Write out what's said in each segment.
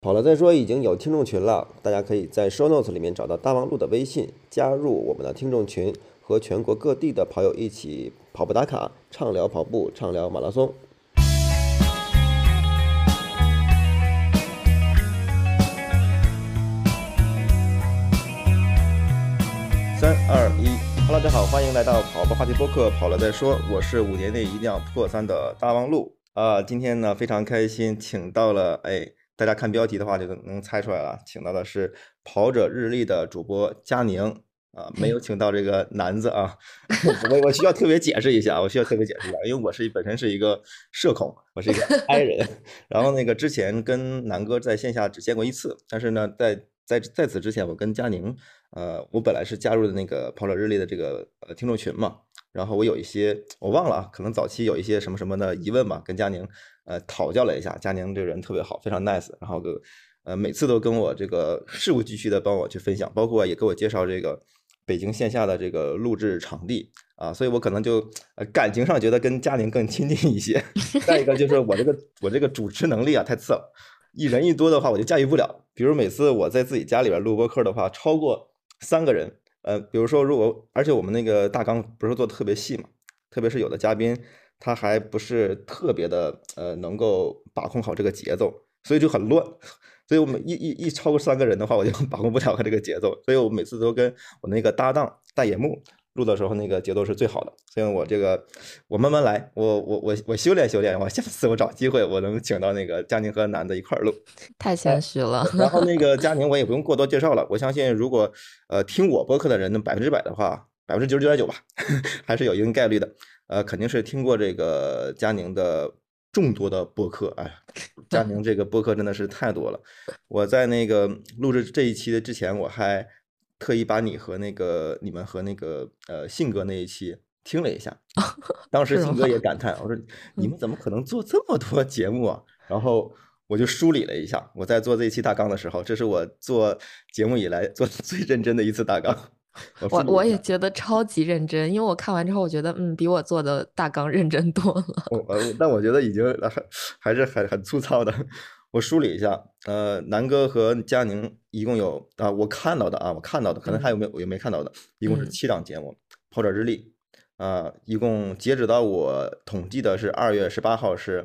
跑了再说已经有听众群了，大家可以在 show notes 里面找到大望路的微信，加入我们的听众群，和全国各地的跑友一起跑步打卡，畅聊跑步，畅聊马拉松。3、2、1，Hello，大家好，欢迎来到跑步话题播客，跑了再说，我是5年内一定要破3的大望路今天呢非常开心，请到了大家看标题的话就能猜出来了，请到的是跑者日历的主播佳宁没有请到这个男子啊，我需要特别解释一下，因为我本身是一个社恐，我是一个 I 人，然后之前跟南哥在线下只见过一次，但是呢，在此之前，我跟佳宁，我本来是加入的那个跑者日历的这个听众群嘛，然后我有一些我忘了啊，可能早期有一些什么什么的疑问吧，跟佳宁讨教了一下，佳宁这个人特别好，非常 nice，然后每次都跟我这个事无巨细的帮我去分享，包括也给我介绍这个北京线下的这个录制场地啊，所以我可能就感情上觉得跟佳宁更亲近一些。再一个就是我这个主持能力啊太次了，一人一多的话我就驾驭不了。比如每次我在自己家里边录播客的话，超过3个人，比如说而且我们那个大纲不是做的特别细嘛，特别是有的嘉宾他还不是特别的能够把控好这个节奏，所以就很乱。所以我们一超过3个人的话，我就把控不了这个节奏，所以我每次都跟我那个搭档大野木录的时候，那个节奏是最好的。所以我慢慢来，我修炼修炼，我下次我找机会我能请到那个佳宁和男的一块录。 太谦虚了。 然后佳宁我也不用过多介绍了，我相信如果听我播客的人100%的话，99.9%吧，还是有一定概率的。肯定是听过这个佳宁的众多的播客，佳宁这个播客真的是太多了。我在录制这一期的之前，我还特意把你们和信哥那一期听了一下，当时信哥也感叹，我说你们怎么可能做这么多节目啊？然后我就梳理了一下，我在做这一期大纲的时候，这是我做节目以来做的最认真的一次大纲。 我也觉得超级认真，因为我看完之后，我觉得比我做的大纲认真多了。 但我觉得已经还是很粗糙的。我梳理一下，南哥和佳宁一共有我看到的，可能还有没看到的，一共是7档节目，跑者日历一共截止到我统计的是2月18号是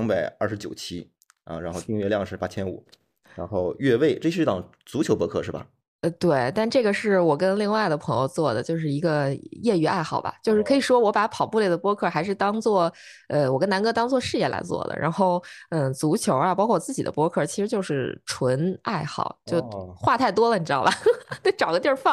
229期然后订阅量是8500，然后越位，这是一档足球播客是吧？ 对，但这个是我跟另外的朋友做的，就是一个业余爱好吧，就是可以说我把跑步类的播客还是当做，我跟南哥当做事业来做的。然后，足球啊，包括我自己的播客，其实就是纯爱好，就话太多了，你知道吧？得找个地儿放。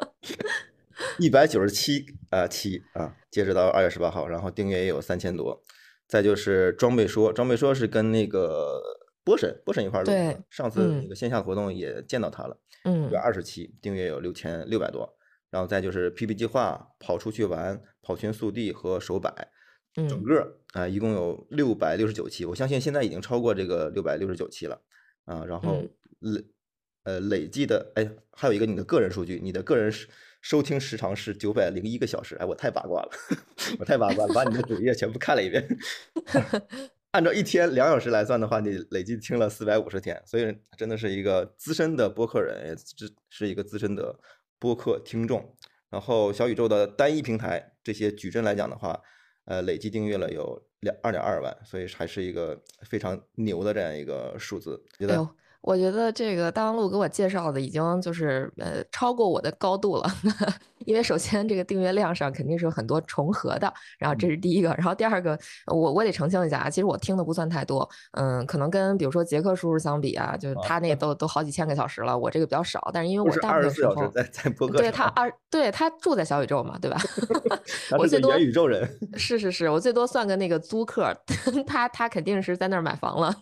197期截止到2月18号，然后订阅也有3000多。再就是装备说是跟那个波神一块录的，上次那个线下活动也见到他了，120期订阅有6600多。然后再就是 PP 计划、跑出去玩、跑群速递和手摆，整个一共有669期，我相信现在已经超过这个669期了然后累计的还有一个你的个人数据，你的个人收听时长是901个小时，我太八卦了，我太八卦了，把你的主页全部看了一遍。按照1天2小时来算的话，你累计听了450天，所以真的是一个资深的播客人，也是一个资深的播客听众。然后小宇宙的单一平台这些矩阵来讲的话，累计订阅了有2.2万，所以还是一个非常牛的这样一个数字。 我觉得这个大望路给我介绍的已经就是超过我的高度了，因为首先这个订阅量上肯定是有很多重合的，然后这是第一个，然后第二个我得澄清一下啊，其实我听的不算太多，可能跟比如说杰克叔叔相比啊，就是他那都好几千个小时了，我这个比较少，但是因为我大部分时候在播客对他住在小宇宙嘛，对吧？ 我最多元宇宙人， 是，我最多算个那个租客，他肯定是在那儿买房了。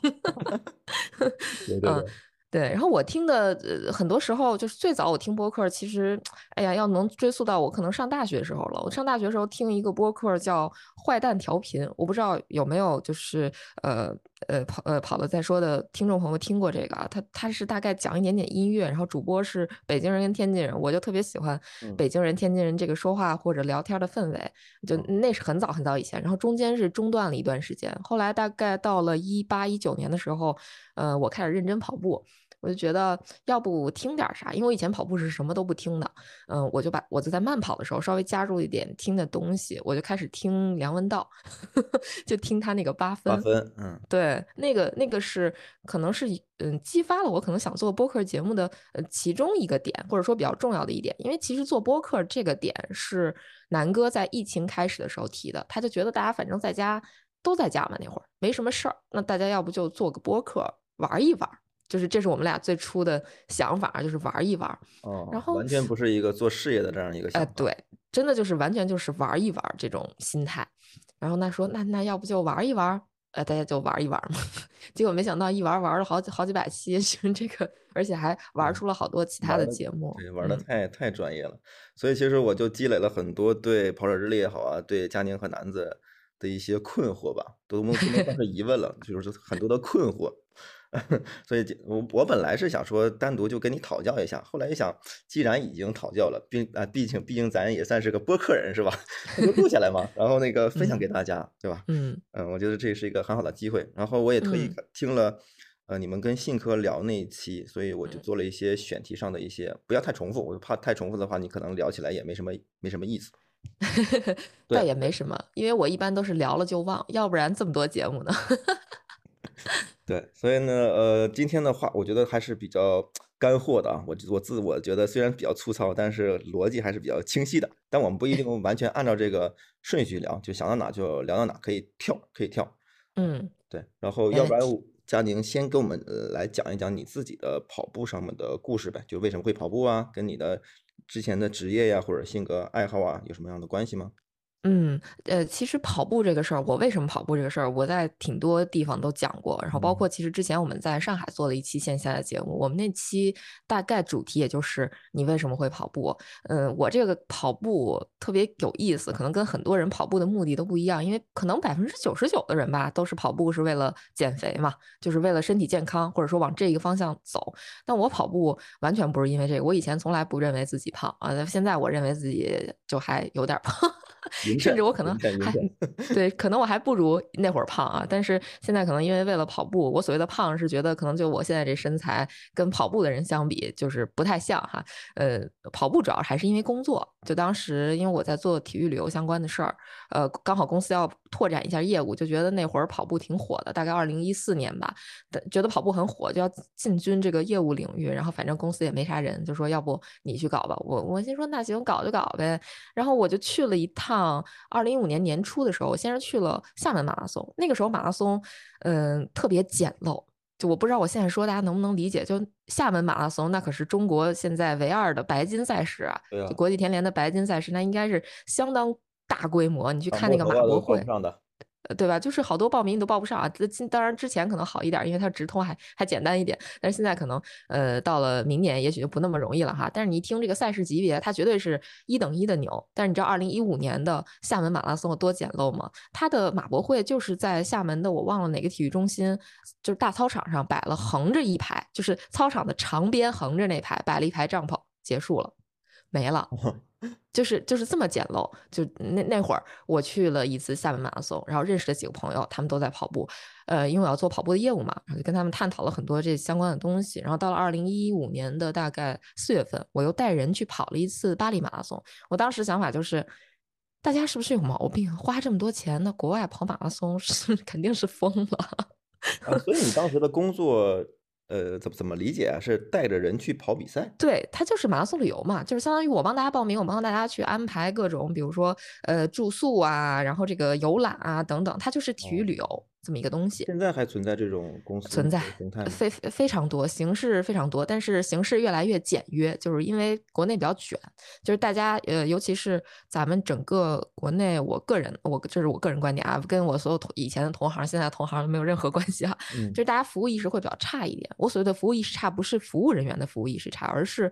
对，然后我听的很多时候就是最早我听播客，其实哎呀，要能追溯到我可能上大学时候了。我上大学时候听一个播客叫《坏蛋调频》，我不知道有没有就是跑了再说的听众朋友听过这个啊？他是大概讲一点点音乐，然后主播是北京人跟天津人，我就特别喜欢北京人、天津人这个说话或者聊天的氛围，就那是很早很早以前，然后中间是中断了一段时间，后来大概到了18、19年的时候。 我开始认真跑步。我就觉得要不听点啥，因为我以前跑步是什么都不听的，我就在慢跑的时候稍微加入一点听的东西，我就开始听梁文道，就听他那个八分。 八分， 对，那个是可能是激发了我可能想做播客节目的其中一个点，或者说比较重要的一点。因为其实做播客这个点是南哥在疫情开始的时候提的，他就觉得大家反正在家都在家嘛，那会儿没什么事儿，那大家要不就做个播客玩一玩。就是这是我们俩最初的想法，就是玩一玩。然后完全不是一个做事业的这样一个想法。 对，真的就是完全就是玩一玩这种心态。然后说那要不就玩一玩，大家就玩一玩嘛。结果没想到一玩了好几百期，这个而且还玩出了好多其他的节目。 对，玩的太专业了。所以其实我就积累了很多对跑者日历也好啊，对佳宁和南子的一些困惑吧，都不能算是疑问了，就是很多的困惑。所以我本来是想说单独就跟你讨教一下，后来一想，既然已经讨教了，毕竟咱也算是个播客人是吧？那就录下来嘛，然后那个分享给大家，对吧？我觉得这是一个很好的机会。然后我也特意听了你们跟信科聊那一期，所以我就做了一些选题上的一些，不要太重复，我怕太重复的话，你可能聊起来也没什么意思。 倒也没什么，因为我一般都是聊了就忘，要不然这么多节目呢。 对，所以呢，今天的话，我觉得还是比较干货的啊。我觉得虽然比较粗糙，但是逻辑还是比较清晰的。但我们不一定完全按照这个顺序聊，就想到哪就聊到哪，可以跳。对。然后要不然佳宁先给我们来讲一讲你自己的跑步上面的故事呗，就为什么会跑步啊，跟你的之前的职业呀或者性格爱好啊有什么样的关系吗？ 其实跑步这个事儿，我为什么跑步这个事儿，我在挺多地方都讲过。然后包括其实之前我们在上海做了一期线下的节目，我们那期大概主题也就是你为什么会跑步。我这个跑步特别有意思，可能跟很多人跑步的目的都不一样，因为可能99%的人吧，都是跑步是为了减肥嘛，就是为了身体健康，或者说往这一个方向走。但我跑步完全不是因为这个，我以前从来不认为自己胖啊，现在我认为自己就还有点胖。甚至我可能还对，可能我还不如那会儿胖啊。但是现在可能因为为了跑步，我所谓的胖是觉得可能就我现在这身材跟跑步的人相比，就是不太像哈。跑步主要还是因为工作，就当时因为我在做体育旅游相关的事儿，刚好公司要拓展一下业务，就觉得那会儿跑步挺火的，大概2014年吧，觉得跑步很火，就要进军这个业务领域。然后反正公司也没啥人，就说要不你去搞吧。我心说那行，搞就搞呗。然后我就去了一趟。2015年年初的时候，我先是去了厦门马拉松。那个时候马拉松，特别简陋。就我不知道我现在说大家能不能理解，就厦门马拉松那可是中国现在唯2的白金赛事啊，就国际田联的白金赛事，那应该是相当大规模。你去看那个马博会，对吧？就是好多报名你都报不上啊。当然之前可能好一点，因为它直通还简单一点。但是现在可能到了明年也许就不那么容易了哈。但是你一听这个赛事级别，它绝对是1等1的牛。但是你知道2015年的厦门马拉松有多简陋吗？它的马博会就是在厦门的我忘了哪个体育中心，就是大操场上摆了横着一排，就是操场的长边横着那排摆了一排帐篷，结束了，没了。就是这么简陋。就那会儿我去了一次厦门马拉松，然后认识了几个朋友，他们都在跑步，因为我要做跑步的业务嘛，然后就跟他们探讨了很多这相关的东西。然后到了2015年的大概4月份，我又带人去跑了一次巴黎马拉松。我当时想法就是，大家是不是有毛病？花这么多钱呢，国外跑马拉松肯定是疯了。 所以你当时的工作怎么理解啊？是带着人去跑比赛？ 对，它就是马拉松旅游嘛，就是相当于我帮大家报名，我帮大家去安排各种，比如说住宿啊，然后这个游览啊等等，它就是体育旅游这么一个东西。 现在还存在这种公司存在形态吗？ 非常多，形式非常多，但是形式越来越简约，就是因为国内比较卷，就是大家尤其是咱们整个国内，这是我个人观点啊，跟我所有以前的同行、现在的同行没有任何关系啊。就是大家服务意识会比较差一点。我所谓的服务意识差，不是服务人员的服务意识差，而是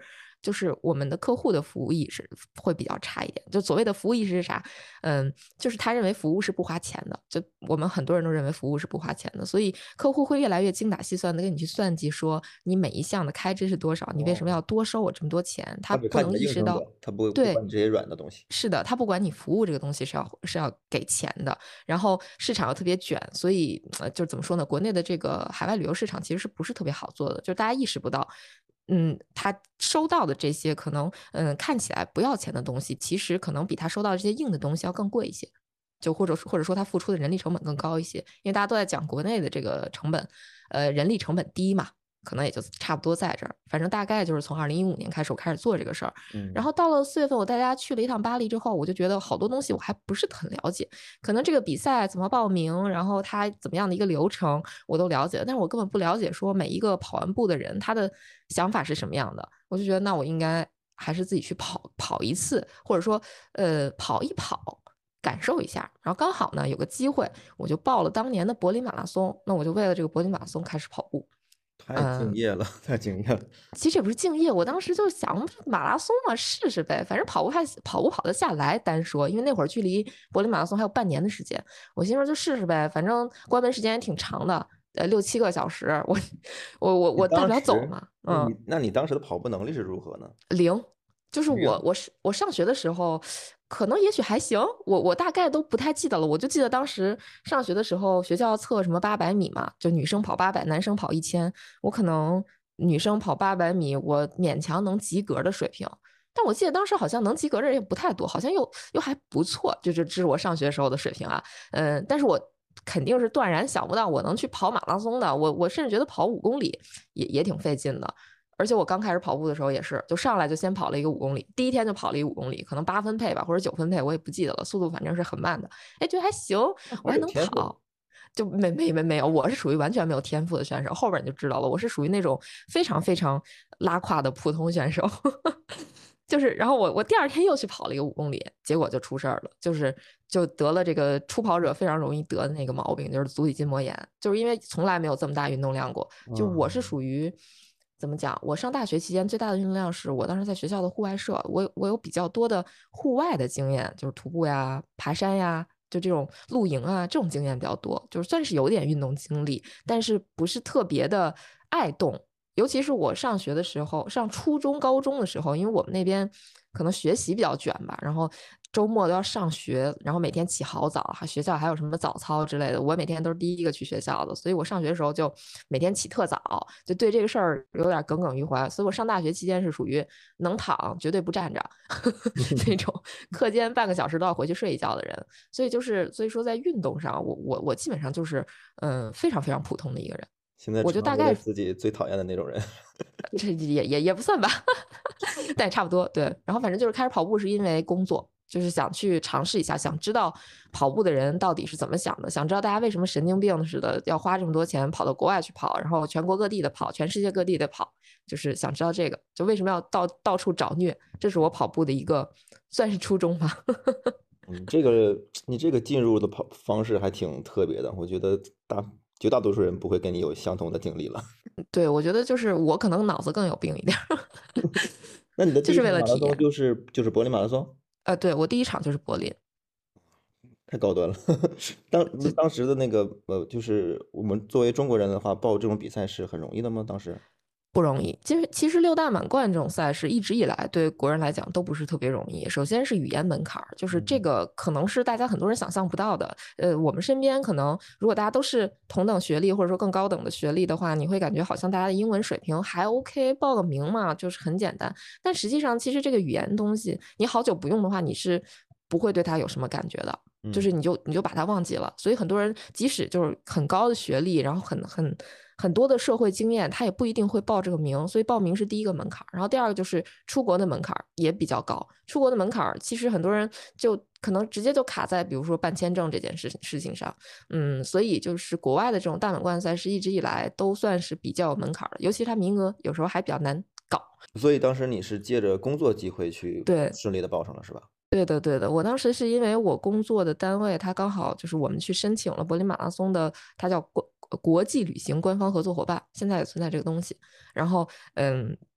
就是我们的客户的服务意识会比较差一点。就所谓的服务意识是啥？就是他认为服务是不花钱的，就我们很多人都认为服务是不花钱的，所以客户会越来越精打细算的跟你去算计，说你每一项的开支是多少，你为什么要多收我这么多钱？他不他只看你的能意识到。 硬成本，他不对， 管你这些软的东西。 是的，他不管你服务这个东西是要给钱的，然后市场又特别卷，所以就怎么说呢？国内的这个海外旅游市场其实是不是特别好做的？就大家意识不到，他收到的这些可能看起来不要钱的东西，其实可能比他收到的这些硬的东西要更贵一些。就或者说他付出的人力成本更高一些，因为大家都在讲国内的这个成本，人力成本低嘛，可能也就差不多在这儿。反正大概就是从2015年开始，我开始做这个事儿。然后到了4月份，我带大家去了一趟巴黎之后，我就觉得好多东西我还不是很了解。可能这个比赛怎么报名，然后它怎么样的一个流程，我都了解了，但是我根本不了解说每一个跑完步的人他的想法是什么样的。我就觉得那我应该还是自己去跑一次，或者说跑一跑。感受一下，然后刚好呢有个机会，我就报了当年的柏林马拉松。那我就为了这个柏林马拉松开始跑步。 太敬业了，太敬业了。 其实也不是敬业，我当时就想马拉松嘛，试试呗，反正跑不得下来单说，因为那会儿距离柏林马拉松还有半年的时间，我心说就试试呗，反正关门时间也挺长的，6-7个小时，我大不了走嘛。 那你当时的跑步能力是如何呢？ 零。就是零。 我上学的时候，可能也许还行，我大概都不太记得了，我就记得当时上学的时候，学校测什么800米嘛，就女生跑800，男生跑1000，我可能女生跑800米，我勉强能及格的水平。但我记得当时好像能及格的人也不太多，好像又还不错，这是我上学时候的水平啊。但是我肯定是断然想不到我能去跑马拉松的，我甚至觉得跑5公里也挺费劲的。而且我刚开始跑步的时候也是，就上来就先跑了一个5公里，第一天就跑了一个5公里，可能8分配吧，或者9分配，我也不记得了，速度反正是很慢的。哎，觉得还行，我还能跑。就没有，我是属于完全没有天赋的选手，后边你就知道了，我是属于那种非常非常拉胯的普通选手。就是，然后我第二天又去跑了一个5公里，结果就出事儿了，就得了这个初跑者非常容易得的那个毛病，就是足底筋膜炎，就是因为从来没有这么大运动量过。就我是属于怎么讲？我上大学期间最大的运动量是我当时在学校的户外社，我有比较多的户外的经验，就是徒步呀、爬山呀，就这种露营啊，这种经验比较多，就是算是有点运动经历，但是不是特别的爱动。尤其是我上学的时候，上初中、高中的时候，因为我们那边可能学习比较卷吧，然后周末都要上学，然后每天起好早，学校还有什么早操之类的，我每天都是第一个去学校的，所以我上学的时候就每天起特早，就对这个事儿有点耿耿于怀。所以我上大学期间是属于能躺绝对不站着那种，课间半个小时都要回去睡一觉的人。所以说在运动上，我基本上就是非常非常普通的一个人。 现在成为了自己最讨厌的那种人。 这也不算吧，但也差不多。对，然后反正就是开始跑步是因为工作，就是想去尝试一下，想知道跑步的人到底是怎么想的，想知道大家为什么神经病似的要花这么多钱跑到国外去跑，然后全国各地的跑，全世界各地的跑，就是想知道这个，就为什么要到处找虐，这是我跑步的一个算是初衷吧。 你这个进入的跑方式还挺特别的，我觉得绝大多数人不会跟你有相同的经历了。 对，我觉得就是我可能脑子更有病一点。 那你的第就是为一场马拉了体验。 松就是柏林马拉松？ 对，我第一场就是柏林。 太高端了。当时的那个就是我们作为中国人的话，报这种比赛是很容易的吗？当时？ 不容易。其实六大满贯这种赛事一直以来对国人来讲都不是特别容易。首先是语言门槛，就是这个可能是大家很多人想象不到的。我们身边可能如果大家都是同等学历或者说更高等的学历的话，你会感觉好像大家的英文水平还 OK，报个名嘛，就是很简单。但实际上，其实这个语言东西，你好久不用的话，你是不会对它有什么感觉的。就是你就把它忘记了，所以很多人即使就是很高的学历，然后很多的社会经验，他也不一定会报这个名。所以报名是第一个门槛，然后第二个就是出国的门槛也比较高。出国的门槛其实很多人就可能直接就卡在比如说办签证这件事情上。所以就是国外的这种大满贯赛事一直以来都算是比较有门槛的，尤其它名额有时候还比较难搞。 所以当时你是借着工作机会去对， 顺利的报上了，是吧？ 对的，对的，我当时是因为我工作的单位，它刚好就是我们去申请了柏林马拉松的，它叫国际旅行官方合作伙伴，现在也存在这个东西。然后，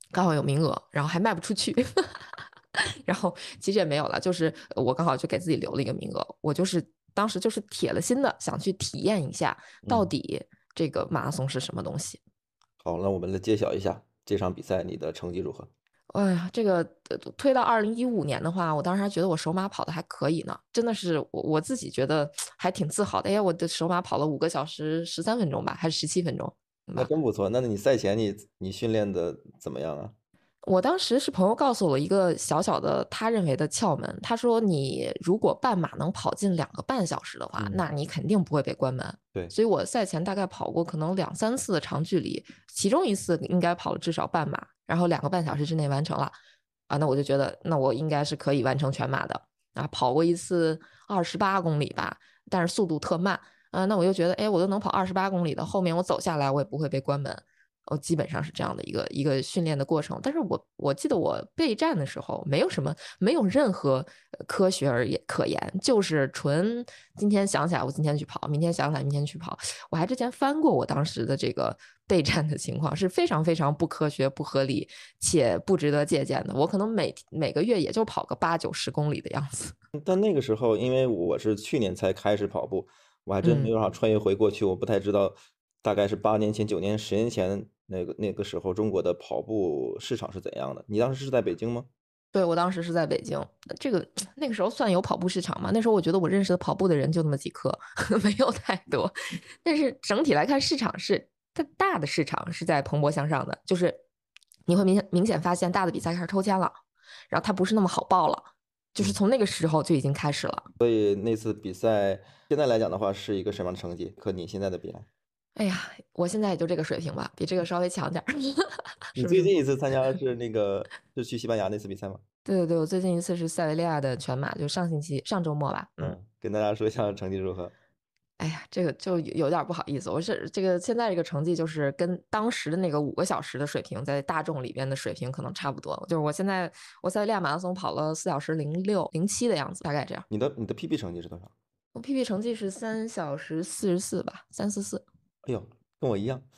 刚好有名额，然后还卖不出去。然后其实也没有了，就是我刚好就给自己留了一个名额，我就是当时就是铁了心的想去体验一下，到嗯， 底这个马拉松是什么东西。 好，那我们来揭晓一下这场比赛你的成绩如何？ 哎呀，这个推到2015年的话，我当时还觉得我首马跑的还可以呢，真的是我自己觉得还挺自豪的。哎，我的首马跑了5个小时13分钟吧，还是17分钟那吧？ 真不错。那你赛前你训练的怎么样啊？ 我当时是朋友告诉我一个小小的他认为的窍门，他说你如果半马能跑进2个半小时的话， 嗯， 那你肯定不会被关门。 对， 所以我赛前大概跑过可能2、3次的长距离，其中一次应该跑了至少半马，然后2个半小时之内完成了。啊，那我就觉得那我应该是可以完成全马的。啊，跑过一次28公里吧，但是速度特慢。那我又觉得，哎，我都能跑28公里的，后面我走下来我也不会被关门。基本上是这样的一个训练的过程。但是我记得我备战的时候没有任何科学可言，就是纯今天想起来我今天去跑，明天想起来明天去跑。我还之前翻过我当时的这个备战的情况，是非常非常不科学、不合理且不值得借鉴的。我可能每个月也就跑个8、9、10公里的样子。 但那个时候因为我是去年才开始跑步，我还真没嗯。 有办法穿越回过去，我不太知道，大概是8年前、9年、10年前那个时候中国的跑步市场是怎样的？你当时是在北京吗？ 对，我当时是在北京，这个那个时候算有跑步市场吗？那时候我觉得我认识的跑步的人就那么几个，没有太多。但是整体来看，市场是它大的市场是在蓬勃向上的，就是你会明显发现大的比赛开始抽签了，然后它不是那么好报了，就是嗯， 从那个时候就已经开始了。 所以那次比赛现在来讲的话是一个什么样的成绩？和你现在的比来？ 哎呀，我现在也就这个水平吧，比这个稍微强点儿，是不是？ 你最近一次参加是是去西班牙那次比赛吗？ 对对对，我最近一次是塞维利亚的全马，就上周末吧，嗯。 嗯，跟大家说一下成绩如何？ 哎呀，这个就有点不好意思，我是这个现在这个成绩就是跟当时的那个5个小时的水平，在大众里边的水平可能差不多。就是我塞维利亚马拉松跑了4小时06、07的样子，大概这样。 你的 PB 成绩是多少？ 我 PB 成绩是3小时44吧，344。 哎呦，跟我一样，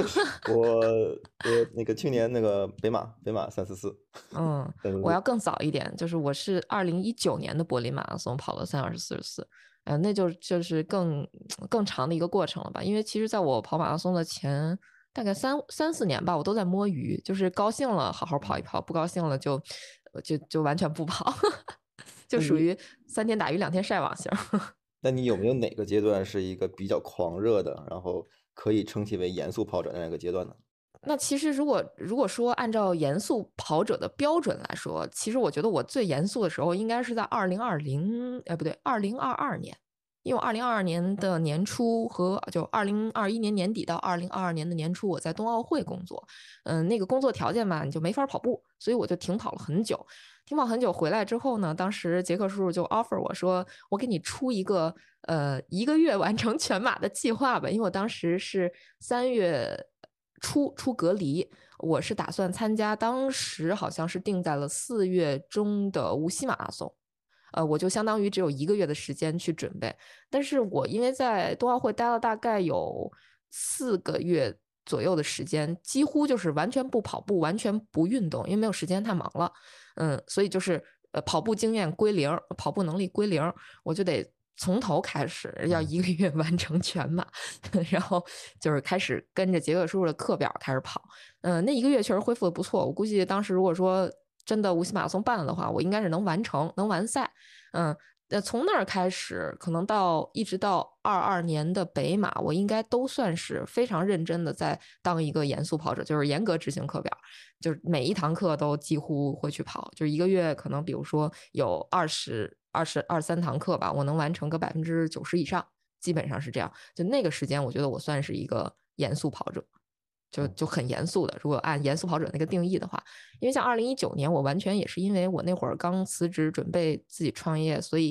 我那个去年那个北马344， 嗯，我要更早一点，就是我是2019年的柏林马拉松跑了3小时44。那就是更长的一个过程了吧？因为其实在我跑马拉松的前大概3、4年吧，我都在摸鱼，就是高兴了好好跑一跑，不高兴了就完全不跑，就那你属于3天打鱼2天晒网型。 那你有没有哪个阶段是一个比较狂热的，然后可以称其为严肃跑者的那个阶段呢？ 那其实如果说按照严肃跑者的标准来说，其实我觉得我最严肃的时候应该是在2020，哎不对，2022年，因为2022年的年初和就2021年年底到2022年的年初，我在冬奥会工作，那个工作条件嘛，你就没法跑步，所以我就停跑了很久。停跑很久回来之后呢，当时杰克叔叔就 offer 我说，我给你出一个1个月完成全马的计划吧，因为我当时是3月出隔离，我是打算参加，当时好像是定在了4月中的无锡马拉松。我就相当于只有1个月的时间去准备，但是我因为在冬奥会待了大概有4个月左右的时间，几乎就是完全不跑步，完全不运动，因为没有时间，太忙了。所以就是跑步经验归零，跑步能力归零，我就得从头开始，要嗯， 1个月完成全马，然后就是开始跟着杰克叔叔的课表开始跑。那1个月确实恢复的不错，我估计当时如果说真的无锡马拉松办了的话，我应该是能完成，能完赛。嗯，从那儿开始，可能一直到22年的北马，我应该都算是非常认真的在当一个严肃跑者，就是严格执行课表，就是每一堂课都几乎会去跑，就是1个月可能比如说有23堂课吧，我能完成个90%以上，基本上是这样。就那个时间，我觉得我算是一个严肃跑者。就很严肃的，如果按严肃跑者那个定义的话，因为像2019年，我完全也是因为我那会儿刚辞职，准备自己创业，所以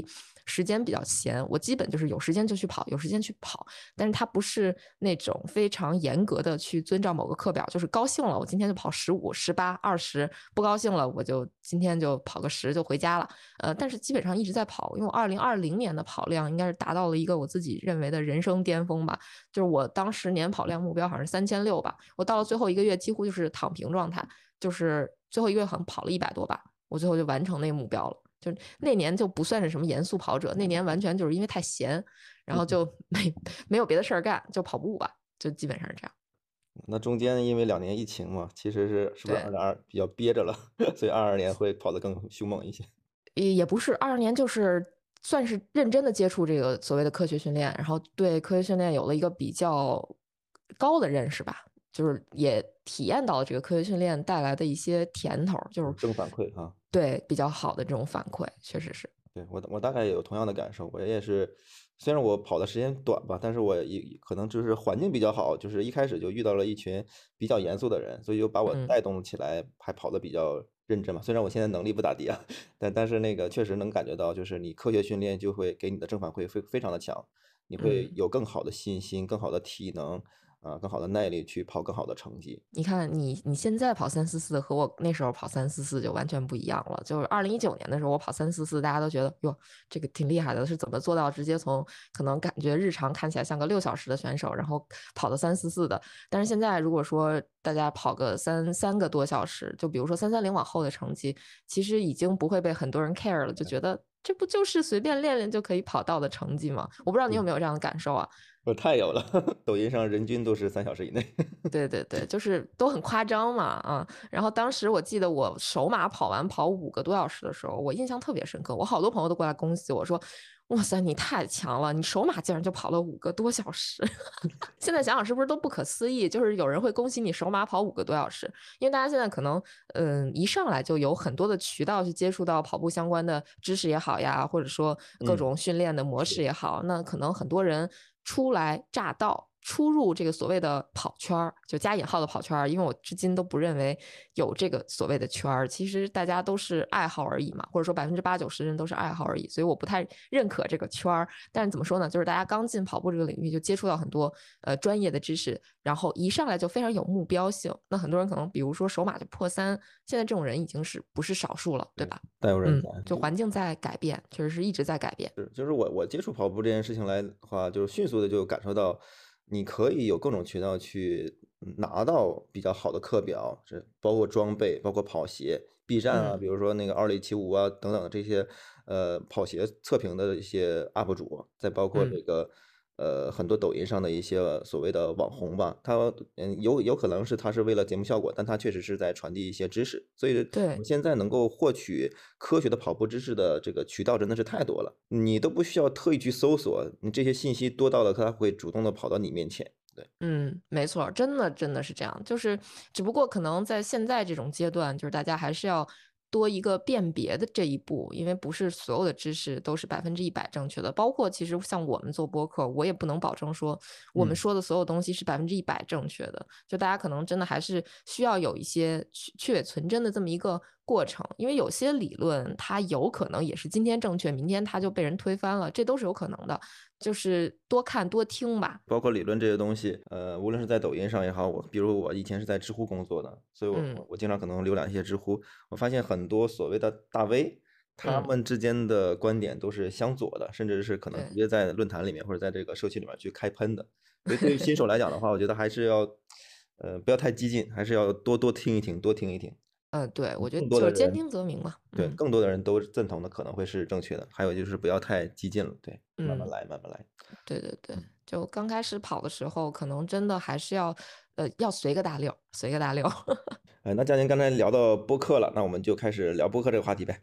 时间比较闲，我基本就是有时间就去跑，有时间去跑。但是它不是那种非常严格的去遵照某个课表，就是高兴了我今天就跑15、18、20，不高兴了我就今天就跑个10就回家了。但是基本上一直在跑，因为我2020年的跑量应该是达到了一个我自己认为的人生巅峰吧，就是我当时年跑量目标好像是3600吧，我到了最后一个月几乎就是躺平状态，就是最后一个月好像跑了100多吧，我最后就完成那个目标了。就那年就不算是什么严肃跑者，那年完全就是因为太闲，然后就没有别的事儿干，就跑步吧，就基本上是这样。 那中间因为2年疫情嘛，其实是不是对， 2022比较憋着了，所以22年会跑得更凶猛一些？ 也不是22年，就是算是认真的接触这个所谓的科学训练，然后对科学训练有了一个比较高的认识吧，就是也体验到了这个科学训练带来的一些甜头，就是正反馈哈。 对比较好的这种反馈，确实是。 对，我大概也有同样的感受，我也是，虽然我跑的时间短吧，但是我可能就是环境比较好，就是一开始就遇到了一群比较严肃的人，所以就把我带动起来，还跑得比较认真嘛。虽然我现在能力不咋地啊，但是那个确实能感觉到，就是你科学训练就会给你的正反馈非常的强，你会有更好的信心、更好的体能啊、更好的耐力去跑更好的成绩。 你看你现在跑344和我那时候跑344就完全不一样了。就是2019年的时候，我跑344，大家都觉得哟，这个挺厉害的，是怎么做到直接从可能感觉日常看起来像个6小时的选手，然后跑到344的。但是现在如果说大家跑个三个多小时，就比如说330往后的成绩，其实已经不会被很多人 care 了，就觉得这不就是随便练练就可以跑到的成绩吗？我不知道你有没有这样的感受啊？ 我太有了，抖音上人均都是3小时以内。 对对对，就是都很夸张嘛，啊，然后当时我记得我首马跑完跑5个多小时的时候，我印象特别深刻，我好多朋友都过来恭喜我说，哇塞，你太强了，你首马竟然就跑了5个多小时。现在想想是不是都不可思议？就是有人会恭喜你首马跑5个多小时，因为大家现在可能一上来就有很多的渠道去接触到跑步相关的知识也好呀，或者说各种训练的模式也好，那可能很多人初来乍到。初入这个所谓的跑圈儿，就加引号的跑圈儿，因为我至今都不认为有这个所谓的圈儿，其实大家都是爱好而已嘛，或者说80%-90%人都是爱好而已，所以我不太认可这个圈儿。但是怎么说呢，就是大家刚进跑步这个领域就接触到很多专业的知识，然后一上来就非常有目标性。那很多人可能比如说首马就破3，现在这种人已经是不是少数了，对吧？ 大有人在。 就环境在改变，确实是一直在改变。 是，就是我接触跑步这件事情来的话，就是迅速的就感受到，你可以有各种渠道去拿到比较好的课表，是包括装备，包括跑鞋，B 站啊，比如说那个2075啊等等这些跑鞋测评的一些 UP 主，再包括这个很多抖音上的一些所谓的网红吧，他有可能是他是为了节目效果，但他确实是在传递一些知识，所以我们现在能够获取科学的跑步知识的这个渠道真的是太多了，你都不需要特意去搜索，你这些信息多到了，他会主动的跑到你面前。对， 没错，真的是这样，就是只不过可能在现在这种阶段，就是大家还是要多一个辨别的这一步，因为不是所有的知识都是100%正确的，包括其实像我们做播客，我也不能保证说我们说的所有东西是100%正确的，就大家可能真的还是需要有一些去伪存真的这么一个过程，因为有些理论它有可能也是今天正确，明天它就被人推翻了，这都是有可能的。就是多看多听吧。 包括理论这些东西，无论是在抖音上也好，比如我以前是在知乎工作的，所以我经常可能浏览一些知乎，我发现很多所谓的大 V，他们之间的观点都是相左的，甚至是可能直接在论坛里面或者在这个社区里面去开喷的。所以对于新手来讲的话，我觉得还是要，不要太激进，还是要多听一听，多听一听。 对，我觉得就是兼听则明嘛。 对，更多的人都赞同的可能会是正确的。还有就是不要太激进了，对，慢慢来，慢慢来。 对对对，就刚开始跑的时候，可能真的还是要随个大溜，随个大溜。 那佳宁刚才聊到播客了，那我们就开始聊播客这个话题呗。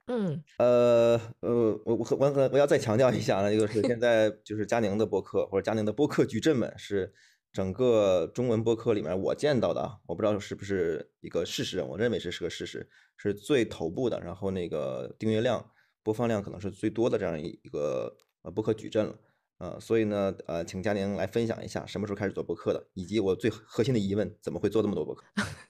我要再强调一下呢，就是现在就是佳宁的播客或者佳宁的播客矩阵们是整个中文播客里面我见到的，我不知道是不是一个事实，我认为是个事实，是最头部的，然后那个订阅量、播放量可能是最多的这样一个播客矩阵了。所以呢，请佳宁来分享一下什么时候开始做播客的，以及我最核心的疑问，怎么会做这么多播客？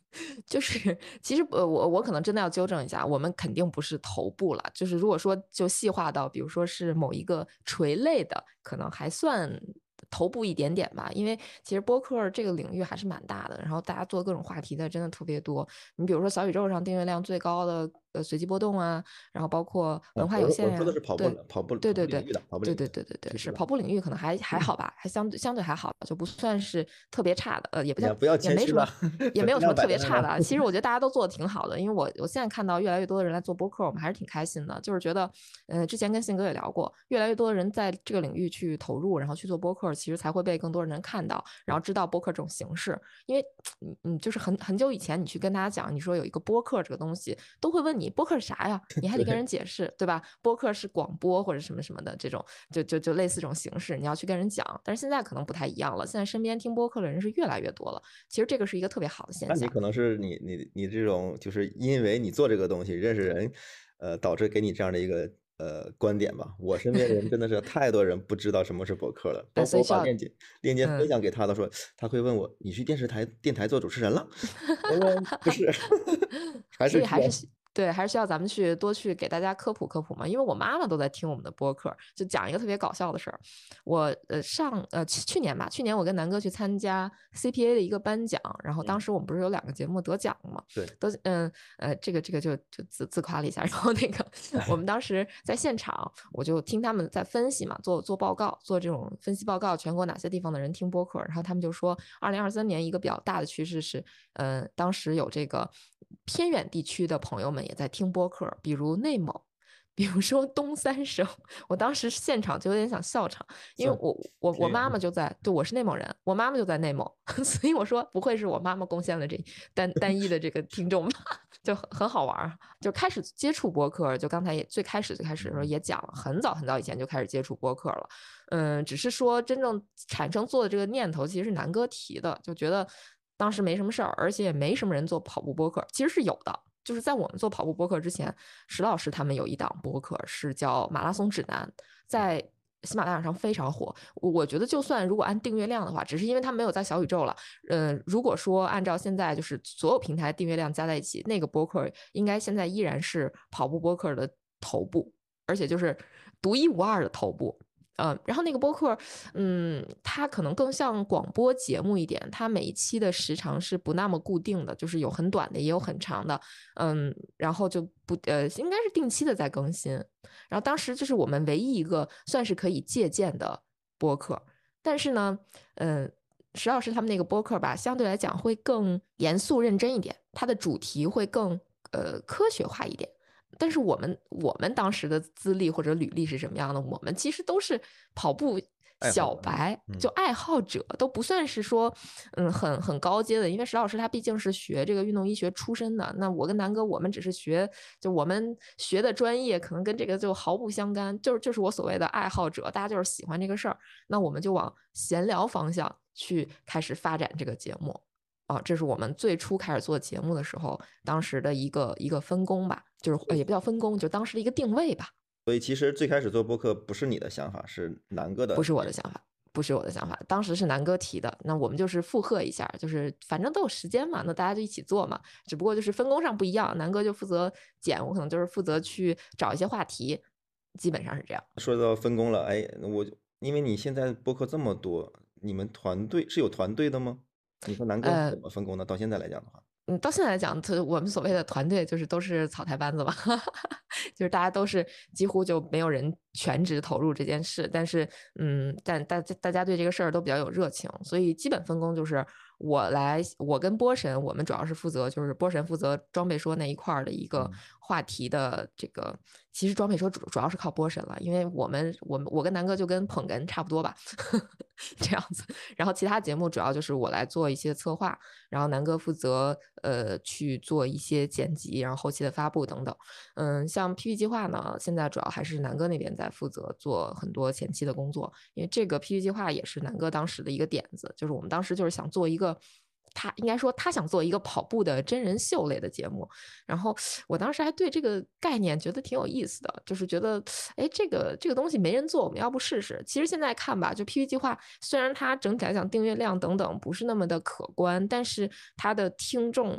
就是其实我可能真的要纠正一下，我们肯定不是头部了。就是如果说就细化到，比如说是某一个垂类的，可能还算头部一点点吧。因为其实播客这个领域还是蛮大的，然后大家做各种话题的真的特别多。你比如说小宇宙上订阅量最高的随机波动啊，然后包括文化有限我说的呀、 是跑步对。 跑步对对对跑步领域的跑步领域的， 对，是是的。 跑步领域可能还好吧，还相对还好，就不算是特别差的，也不叫你不要也没什么谦虚了， 也没有什么粉丝量特别差的摆在那了。 啊。其实我觉得大家都做的挺好的，因为我现在看到越来越多的人来做播客，我们还是挺开心的。就是觉得，之前跟信哥也聊过，越来越多的人在这个领域去投入，然后去做播客，其实才会被更多人看到，然后知道播客这种形式。因为，就是很久以前你去跟大家讲，你说有一个播客这个东西，都会问你播客是啥呀？你还得跟人解释，对吧？播客是广播或者什么什么的这种，就类似这种形式，你要去跟人讲。但是现在可能不太一样了，现在身边听播客的人是越来越多了。其实这个是一个特别好的现象。 那你可能是你这种，就是因为你做这个东西认识人，导致给你这样的一个观点吧。我身边的人真的是太多人不知道什么是博客了，包括我所以需要， 把链接分享给他的时候，他会问我：“你去电台做主持人了？”我说：“不是，还是需要。” 所以对，还是需要咱们多去给大家科普科普嘛。因为我妈妈都在听我们的播客，就讲一个特别搞笑的事儿。我去年吧，去年我跟南哥去参加 CPA 的一个颁奖，然后当时我们不是有2个节目得奖了嘛， 对， 这个就自夸了一下。然后那个我们当时在现场，我就听他们在分析嘛，做报告，做这种分析报告，全国哪些地方的人听播客，然后他们就说2023年一个比较大的趋势是，当时有这个偏远地区的朋友们也在听播客，比如内蒙。比如说东三省，我当时现场就有点想笑场，因为我妈妈就在，对，我是内蒙人，我妈妈就在内蒙，所以我说不会是我妈妈贡献了这单一的这个听众吧，就很好玩。就开始接触播客，就刚才也最开始的时候也讲了，很早很早以前就开始接触播客了，只是说真正产生做的这个念头其实是南哥提的，就觉得当时没什么事儿，而且也没什么人做跑步播客，其实是有的。就是在我们做跑步播客之前，石老师他们有一档播客是叫《马拉松指南》，在喜马拉雅上非常火。我觉得就算如果按订阅量的话，只是因为它没有在小宇宙了。如果说按照现在就是所有平台订阅量加在一起，那个播客应该现在依然是跑步播客的头部，而且就是独一无二的头部。然后那个播客，它可能更像广播节目一点，它每一期的时长是不那么固定的，就是有很短的，也有很长的，然后就应该是定期的在更新。然后当时就是我们唯一一个算是可以借鉴的播客，但是呢，石老师他们那个播客吧，相对来讲会更严肃认真一点，它的主题会更科学化一点。但是我们当时的资历或者履历是什么样的？我们其实都是跑步小白，就爱好者，都不算是说很高阶的。因为石老师他毕竟是学这个运动医学出身的，那我跟南哥我们只是就我们学的专业可能跟这个就毫不相干，就是我所谓的爱好者，大家就是喜欢这个事儿，那我们就往闲聊方向去开始发展这个节目。这是我们最初开始做节目的时候，当时的一个分工吧，就是也不叫分工，就当时的一个定位吧。 所以其实最开始做播客不是你的想法，是南哥的。 不是我的想法，不是我的想法，当时是南哥提的。那我们就是附和一下，就是反正都有时间嘛，那大家就一起做嘛。只不过就是分工上不一样，南哥就负责剪，我可能就是负责去找一些话题，基本上是这样。 说到分工了，哎，因为你现在播客这么多，你们团队是有团队的吗？你和南哥怎么分工呢？到现在来讲的话， 到现在来讲，我们所谓的团队就是都是草台班子吧，就是大家都是几乎就没有人全职投入这件事，但是但大家对这个事儿都比较有热情，所以基本分工就是我跟波神，我们主要是负责就是波神负责装备说那一块的一个话题的这个，其实装备说主要是靠波神了，因为我跟南哥就跟捧哏差不多吧，这样子，然后其他节目主要就是我来做一些策划，然后南哥负责去做一些剪辑，然后后期的发布等等。像 PP 计划呢，现在主要还是南哥那边在负责做很多前期的工作，因为这个 PP 计划也是南哥当时的一个点子，就是我们当时就是想做一个。应该说他想做一个跑步的真人秀类的节目，然后我当时还对这个概念觉得挺有意思的，就是觉得哎这个东西没人做，我们要不试试？其实现在看吧，就 PP 计划虽然它整体来讲订阅量等等不是那么的可观，但是它的听众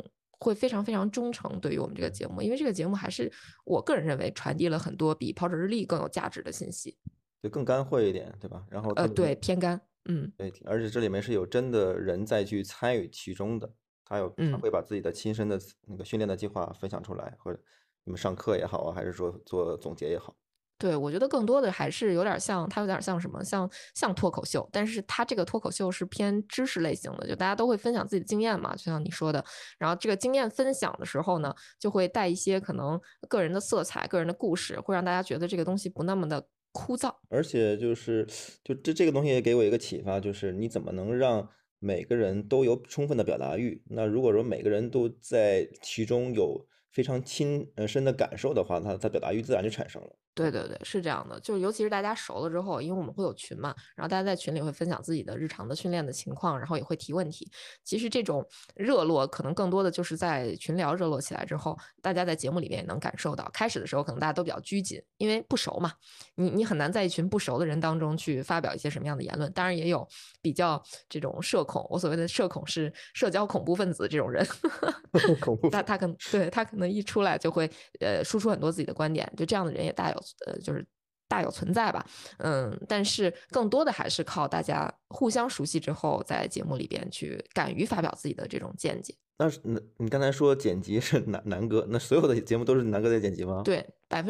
会非常非常忠诚对于我们这个节目，因为这个节目还是我个人认为传递了很多比跑者日历更有价值的信息。 就更干货一点，对吧？然后它里面对，偏干， 对，而且这里面是有真的人在去参与其中的，他会把自己的亲身的那个训练的计划分享出来，或者你们上课也好啊，还是说做总结也好。 对，我觉得更多的还是有点像，它有点像什么，像脱口秀，但是它这个脱口秀是偏知识类型的，就大家都会分享自己的经验嘛，就像你说的。然后这个经验分享的时候呢，就会带一些可能个人的色彩、个人的故事，会让大家觉得这个东西不那么的枯燥。 而且这个东西也给我一个启发，就是你怎么能让每个人都有充分的表达欲？那如果说每个人都在其中有非常深的感受的话，他表达欲自然就产生了。 对对对，是这样的，就是尤其是大家熟了之后，因为我们会有群嘛，然后大家在群里会分享自己的日常的训练的情况，然后也会提问题。其实这种热络可能更多的就是在群聊热络起来之后，大家在节目里面也能感受到。开始的时候可能大家都比较拘谨，因为不熟嘛，你很难在一群不熟的人当中去发表一些什么样的言论。当然也有比较这种社恐，我所谓的社恐是社交恐怖分子这种人， 恐怖。 他可能对他可能一出来就会输出很多自己的观点，就这样的人也就是大有存在吧。但是更多的还是靠大家互相熟悉之后，在节目里边去敢于发表自己的这种见解。 那你刚才说剪辑是南哥，那所有的节目都是南哥在剪辑吗？ 对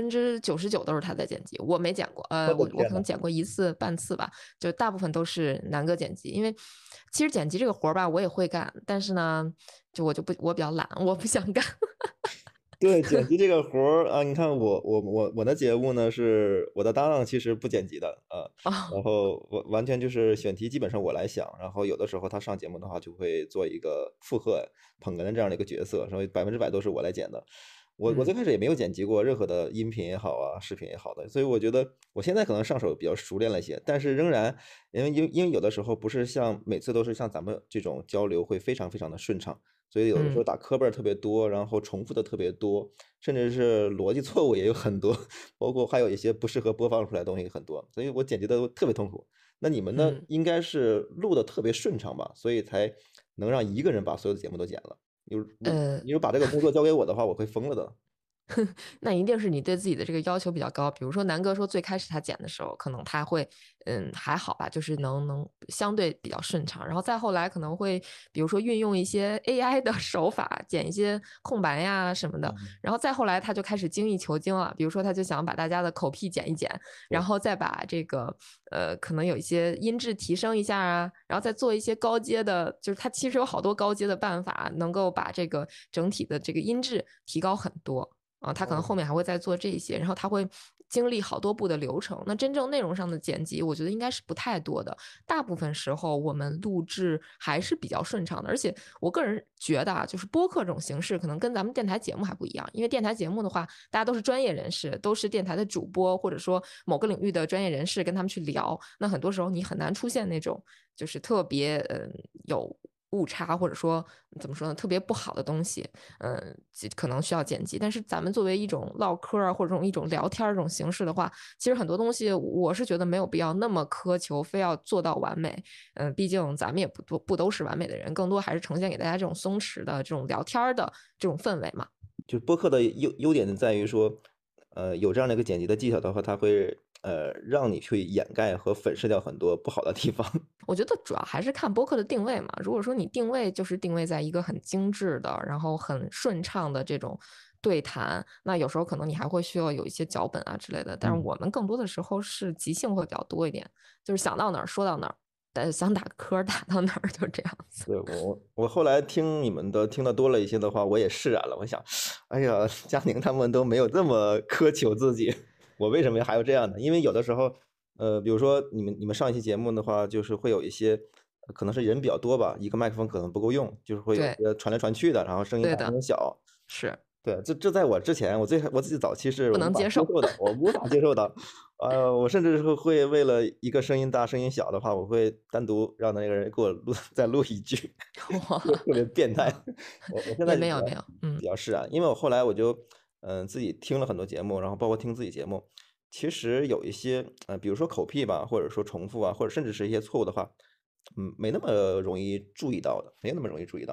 ，99%都是他在剪辑，我没剪过， 我的我天呐！ 可能剪过一次半次吧，就大部分都是南哥剪辑，因为其实剪辑这个活儿吧，我也会干，但是呢，我比较懒，我不想干。 对，剪辑这个活儿啊，你看我的节目呢，是我的搭档其实不剪辑的啊，然哦， 后我完全就是选题基本上我来想，然后有的时候他上节目的话就会做一个附和捧哏的这样的一个角色，所以100%都是我来剪的。我最嗯开始也没有剪辑过任何的音频也好啊，视频也好的，所以我觉得我现在可能上手比较熟练了一些，但是仍然因为有的时候不是像每次都是像咱们这种交流会非常非常的顺畅。所以有的时候嗯。 打磕巴儿特别多，然后重复的特别多，甚至是逻辑错误也有很多，包括还有一些不适合播放出来的东西很多，所以我剪辑的特别痛苦。那你们呢， 嗯， 应该是录的特别顺畅吧，所以才能让一个人把所有的节目都剪了。 呃， 你如果把这个工作交给我的话，我会疯了的。 那一定是你对自己的这个要求比较高。比如说南哥说最开始他剪的时候，可能他会，还好吧，就是能相对比较顺畅。然后再后来可能会，比如说运用一些 AI 的手法，剪一些空白呀什么的。 嗯， 然后再后来他就开始精益求精了，比如说他就想把大家的口癖剪一剪，然对， 后再把这个可能有一些音质提升一下啊，然后再做一些高阶的，就是它其实有好多高阶的办法，能够把这个整体的这个音质提高很多。啊，他可能后哦， 面还会再做这些，然后他会经历好多步的流程。那真正内容上的剪辑，我觉得应该是不太多的。大部分时候我们录制还是比较顺畅的，而且我个人觉得啊，就是播客这种形式可能跟咱们电台节目还不一样，因为电台节目的话，大家都是专业人士，都是电台的主播，或者说某个领域的专业人士，跟他们去聊，那很多时候你很难出现那种就是特别有误差，或者说怎么说呢，特别不好的东西，可能需要剪辑。但是咱们作为一种唠嗑啊，或者一种聊天这种形式的话，其实很多东西我是觉得没有必要那么苛求，非要做到完美。毕竟咱们也不都是完美的人，更多还是呈现给大家这种松弛的这种聊天的这种氛围嘛。 就播客的优点在于说，有这样的一个剪辑的技巧的话，它会让你去掩盖和粉饰掉很多不好的地方。 我觉得主要还是看播客的定位嘛。如果说你定位就是定位在一个很精致的，然后很顺畅的这种对谈，那有时候可能你还会需要有一些脚本啊之类的。但是嗯。 我们更多的时候是即兴会比较多一点，就是想到哪儿说到哪儿，但想打磕打到哪儿就这样子。 对，我后来听你们的听得多了一些的话，我也释然了。我想，哎呀，佳宁他们都没有这么苛求自己，我为什么还要这样呢？因为有的时候，比如说你们上一期节目的话，就是会有一些可能是人比较多吧，一个麦克风可能不够用，就是会有一对， 些传来传去的，然后声音大声对的， 小。 是对，这在我之前，我自己早期是不无法能接受。 接受的，我无法接受的。我甚至是会为了一个声音大声音小的话，我会单独让那个人给我再录一句，就特别变态。我现在就比较也没有没有， 释然，因为我后来我就自己听了很多节目，然后包括听自己节目，其实有一些比如说口癖吧，或者说重复啊，或者甚至是一些错误的话，没那么容易注意到的，没那么容易注意到的。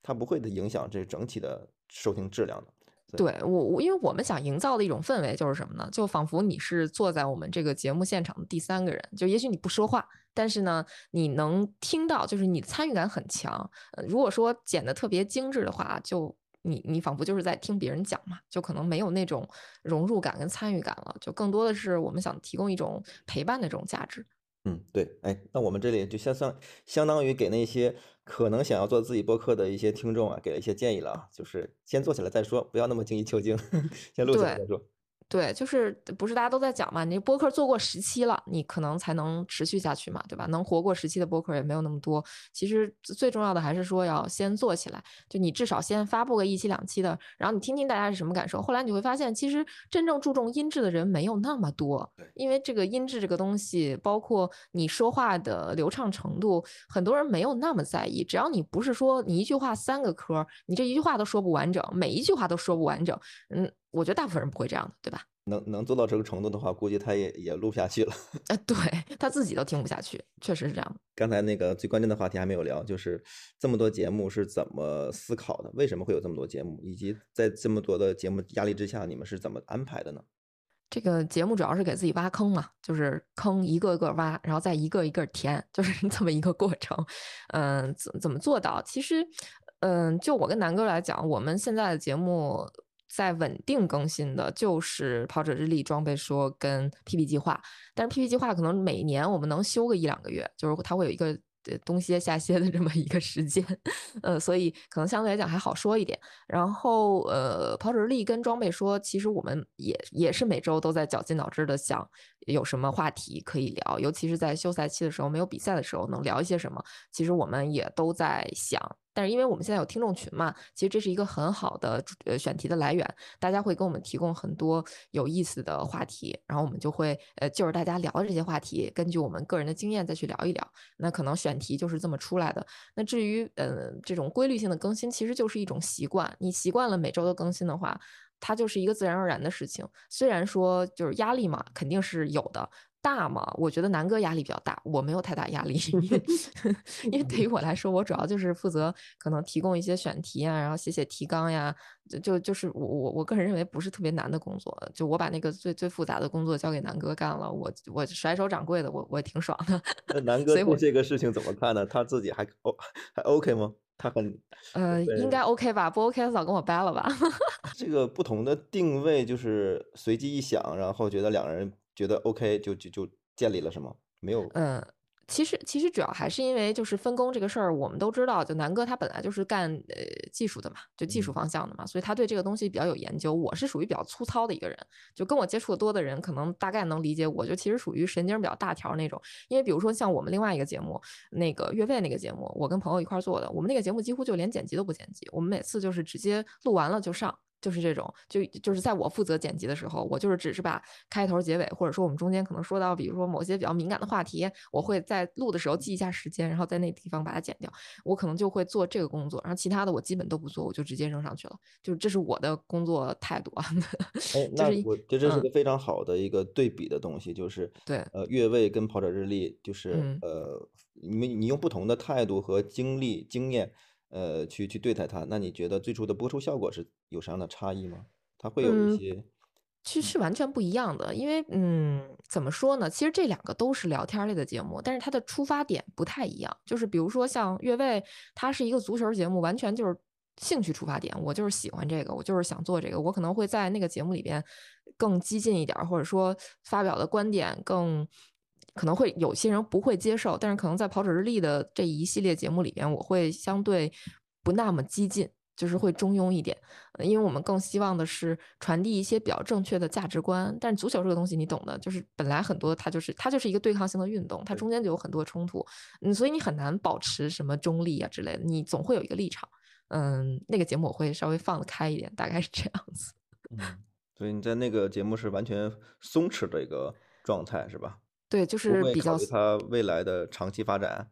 它不会的影响这整体的收听质量的。 对，因为我们想营造的一种氛围就是什么呢？就仿佛你是坐在我们这个节目现场的第三个人，就也许你不说话，但是呢，你能听到，就是你的参与感很强。如果说剪得特别精致的话，就你仿佛就是在听别人讲嘛，就可能没有那种融入感跟参与感了，就更多的是我们想提供一种陪伴的这种价值。 对，哎，那我们这里就相当于给那些可能想要做自己播客的一些听众啊，给了一些建议了啊，就是先做起来再说，不要那么精益求精，先录起来对， 再说。 对，就是不是大家都在讲嘛？你播客做过10期了，你可能才能持续下去嘛，对吧？能活过10期的播客也没有那么多。其实最重要的还是说要先做起来，就你至少先发布个1期2期的，然后你听听大家是什么感受。后来你会发现，其实真正注重音质的人没有那么多，因为这个音质这个东西，包括你说话的流畅程度，很多人没有那么在意。只要你不是说你一句话3个科，你这一句话都说不完整，每一句话都说不完整，我觉得大部分人不会这样的，对吧？ 能做到这个程度的话，估计他也录不下去了。 对，他自己都听不下去，确实是这样。 刚才那个最关键的话题还没有聊，就是这么多节目是怎么思考的？为什么会有这么多节目？以及在这么多的节目压力之下，你们是怎么安排的呢？ 这个节目主要是给自己挖坑嘛，就是坑一个个挖，然后再一个一个填，就是这么一个过程。怎么做到？其实，就我跟南哥来讲，我们现在的节目在稳定更新的就是《跑者日历》、装备说跟 PP 计划，但是 PP 计划可能每年我们能休个1-2个月，就是它会有一个冬歇夏歇的这么一个时间，所以可能相对来讲还好说一点。然后跑者日历跟装备说，其实我们也是每周都在绞尽脑汁的想有什么话题可以聊，尤其是在休赛期的时候，没有比赛的时候能聊一些什么，其实我们也都在想。但是因为我们现在有听众群嘛，其实这是一个很好的选题的来源，大家会给我们提供很多有意思的话题，然后我们就会就是大家聊的这些话题，根据我们个人的经验再去聊一聊。那可能选题就是这么出来的。那至于这种规律性的更新，其实就是一种习惯。你习惯了每周都更新的话，它就是一个自然而然的事情。虽然说就是压力嘛，肯定是有的。大嘛，我觉得南哥压力比较大，我没有太大压力，因为对于我来说，我主要就是负责可能提供一些选题啊，然后写提纲呀，就是我个人认为不是特别难的工作，就我把那个最复杂的工作交给南哥干了，我甩手掌柜的，我挺爽的。 那南哥所以我对这个事情怎么看呢？他自己还 OK 吗？他很应该 OK 吧？不 OK 他早跟我掰了吧？ 这个不同的定位就是随机一想，然后觉得两人觉得 OK 就建立了什么？没有。 其实主要还是因为就是分工这个事儿，我们都知道，就南哥他本来就是干技术的嘛，就技术方向的嘛，所以他对这个东西比较有研究。我是属于比较粗糙的一个人，就跟我接触的多的人，可能大概能理解我，就其实属于神经比较大条那种。因为比如说像我们另外一个节目，那个越位那个节目，我跟朋友一块做的，我们那个节目几乎就连剪辑都不剪辑，我们每次就是直接录完了就上。就是这种，就是在我负责剪辑的时候，我就是只是把开头、结尾，或者说我们中间可能说到，比如说某些比较敏感的话题，我会在录的时候记一下时间，然后在那地方把它剪掉。我可能就会做这个工作，然后其他的我基本都不做，我就直接扔上去了。就是这是我的工作态度啊。 哎， 就是这是个非常好的一个对比的东西，就是对， 越位跟跑者日历，就是嗯你用不同的态度和经验，去对待它，那你觉得最初的播出效果是有什么样的差异吗？它会有一嗯， 些。 其实是完全不一样的，因为怎么说呢？其实这两个都是聊天类的节目，但是它的出发点不太一样。就是比如说像越位，它是一个足球节目，完全就是兴趣出发点，我就是喜欢这个，我就是想做这个，我可能会在那个节目里边更激进一点，或者说发表的观点更。可能会有些人不会接受，但是可能在跑者日历的这一系列节目里边，我会相对不那么激进，就是会中庸一点。因为我们更希望的是传递一些比较正确的价值观。但是足球这个东西你懂的，就是本来很多它就是一个对抗性的运动，它中间就有很多冲突，所以你很难保持什么中立啊之类的，你总会有一个立场。那个节目我会稍微放得开一点，大概是这样子。 所以你在那个节目是完全松弛的一个状态，是吧？ 对，就不是比较会考虑它未来的长期发展。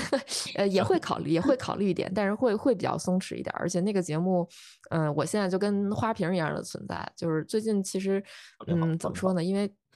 也会考虑一点，但是会比较松弛一点。而且那个节目，我现在就跟花瓶一样的存在。就是最近其实， 特别好，很好。 怎么说呢？因为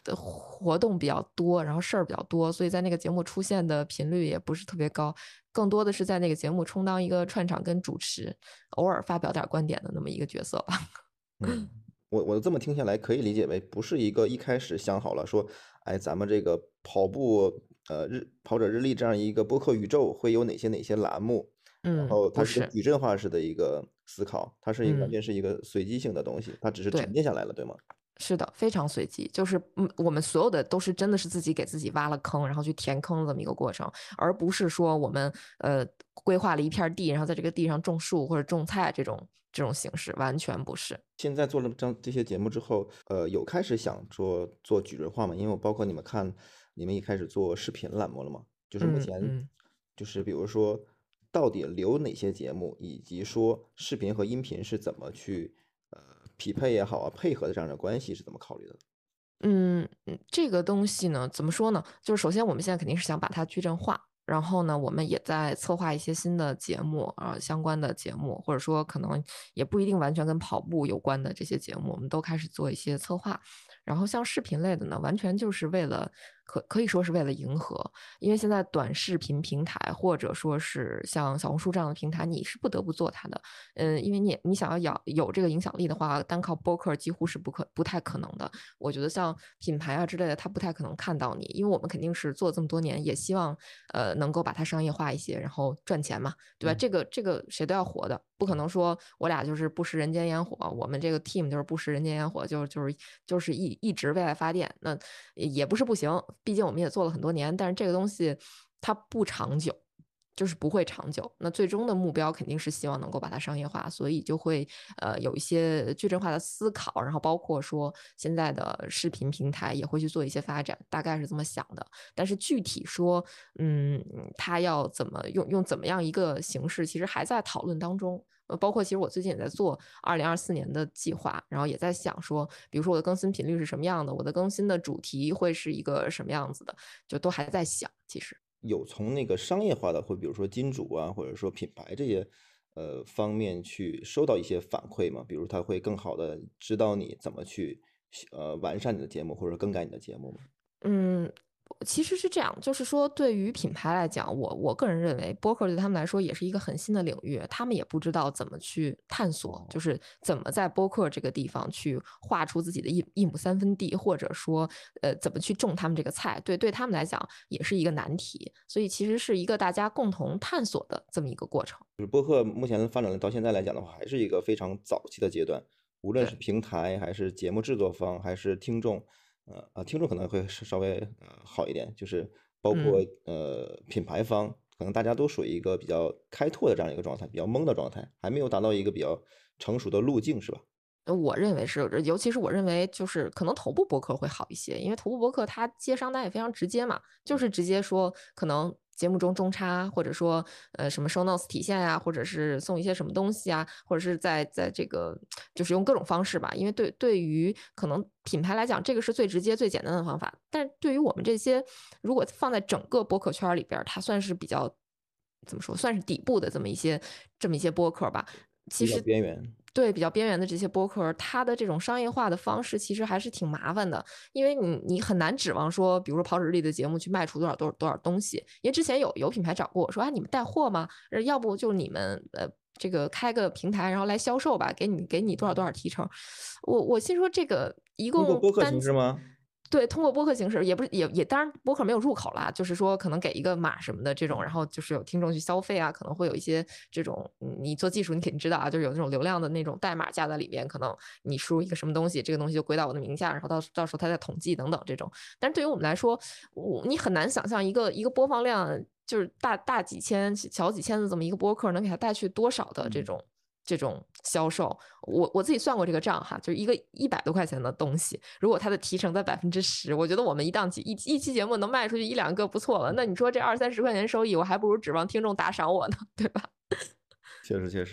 的活动比较多，然后事儿比较多，所以在那个节目出现的频率也不是特别高，更多的是在那个节目充当一个串场跟主持，偶尔发表点观点的那么一个角色吧。 嗯，我这么听下来，可以理解为不是一个一开始想好了说，哎，咱们这个跑者日历这样一个播客宇宙会有哪些栏目，然后它是一个不是， 矩阵化式的一个思考，它是一个完嗯， 全是一个随机性的东西，它只是对。 沉淀下来了，对吗？ 是的，非常随机，就是我们所有的都是真的是自己给自己挖了坑，然后去填坑这么一个过程，而不是说我们规划了一片地，然后在这个地上种树或者种菜这种形式，完全不是。 现在做了这些节目之后，有开始想说做矩阵化吗？因为我包括你们看，你们一开始做视频栏目了吗？就是目前， 嗯嗯。 就是比如说，到底留哪些节目，以及说视频和音频是怎么去匹配也好啊，配合的这样的关系是怎么考虑的？ 这个东西呢，怎么说呢？就是首先我们现在肯定是想把它矩阵化，然后呢，我们也在策划一些新的节目啊，相关的节目，或者说可能也不一定完全跟跑步有关的这些节目，我们都开始做一些策划。然后像视频类的呢，完全就是为了可以说是为了迎合，因为现在短视频平台或者说是像小红书这样的平台，你是不得不做它的。因为你想要有这个影响力的话，单靠播客几乎是不太可能的。我觉得像品牌啊之类的，它不太可能看到你，因为我们肯定是做这么多年，也希望能够把它商业化一些，然后赚钱嘛，对吧？ 嗯， 这个谁都要活的，不可能说我俩就是不食人间烟火，我们这个 team 就是不食人间烟火，就是一直为爱发电，那也不是不行，毕竟我们也做了很多年，但是这个东西它不长久。就是不会长久，那最终的目标肯定是希望能够把它商业化，所以就会有一些矩阵化的思考，然后包括说现在的视频平台也会去做一些发展，大概是这么想的。但是具体说，它要怎么用怎么样一个形式，其实还在讨论当中。包括其实我最近也在做2024年的计划，然后也在想说，比如说我的更新频率是什么样的，我的更新的主题会是一个什么样子的，就都还在想。其实， 有从那个商业化的，或比如说金主啊，或者说品牌这些方面去收到一些反馈吗？比如他会更好的知道你怎么去完善你的节目，或者更改你的节目吗？ 嗯，其实是这样，就是说，对于品牌来讲，我个人认为，播客对他们来说也是一个很新的领域，他们也不知道怎么去探索， 哦， 就是怎么在播客这个地方去画出自己的一亩3分地，或者说，怎么去种他们这个菜，对他们来讲也是一个难题，所以其实是一个大家共同探索的这么一个过程。 就是播客目前发展到现在来讲的话，还是一个非常早期的阶段，无论是对， 平台还是节目制作方还是听众，听众可能会稍微好一点，就是包括嗯。 品牌方，可能大家都属于一个比较开拓的这样一个状态，比较懵的状态，还没有达到一个比较成熟的路径，是吧？ 我认为是，尤其是我认为就是可能头部博客会好一些，因为头部博客它接商单也非常直接嘛，就是直接说可能节目中中插，或者说什么 show notes 体现呀、或者是送一些什么东西啊，或者是在这个就是用各种方式吧，因为对于可能品牌来讲，这个是最直接最简单的方法，但是对于我们这些如果放在整个博客圈里边，它算是比较怎么说，算是底部的这么一些播客吧。其比较实边缘。 对比较边缘的这些播客，它的这种商业化的方式其实还是挺麻烦的，因为你很难指望说，比如说跑日历的节目去卖出多少东西。因为之前有品牌找过我说，啊，你们带货吗？要不就你们这个开个平台，然后来销售吧，给你多少提成。我心说这个一通过播客共单形式吗？ 对，通过播客形式，也不是也当然播客没有入口啦，就是说可能给一个码什么的这种，然后就是有听众去消费啊，可能会有一些这种，你做技术你肯定知道啊，就是有那种流量的那种代码加在里面，可能你输入一个什么东西，这个东西就归到我的名下，然后到时候它再统计等等这种。但是对于我们来说，你很难想象一个播放量就是大几千、小几千的这么一个播客，能给它带去多少的这嗯， 种。这种销售，我自己算过这个账哈，就是一个100多块钱的东西，如果它的提成在10%，我觉得我们一期节目能卖出去1、2个不错了。那你说这20、30块钱收益，我还不如指望听众打赏我呢，对吧？ 确实确实。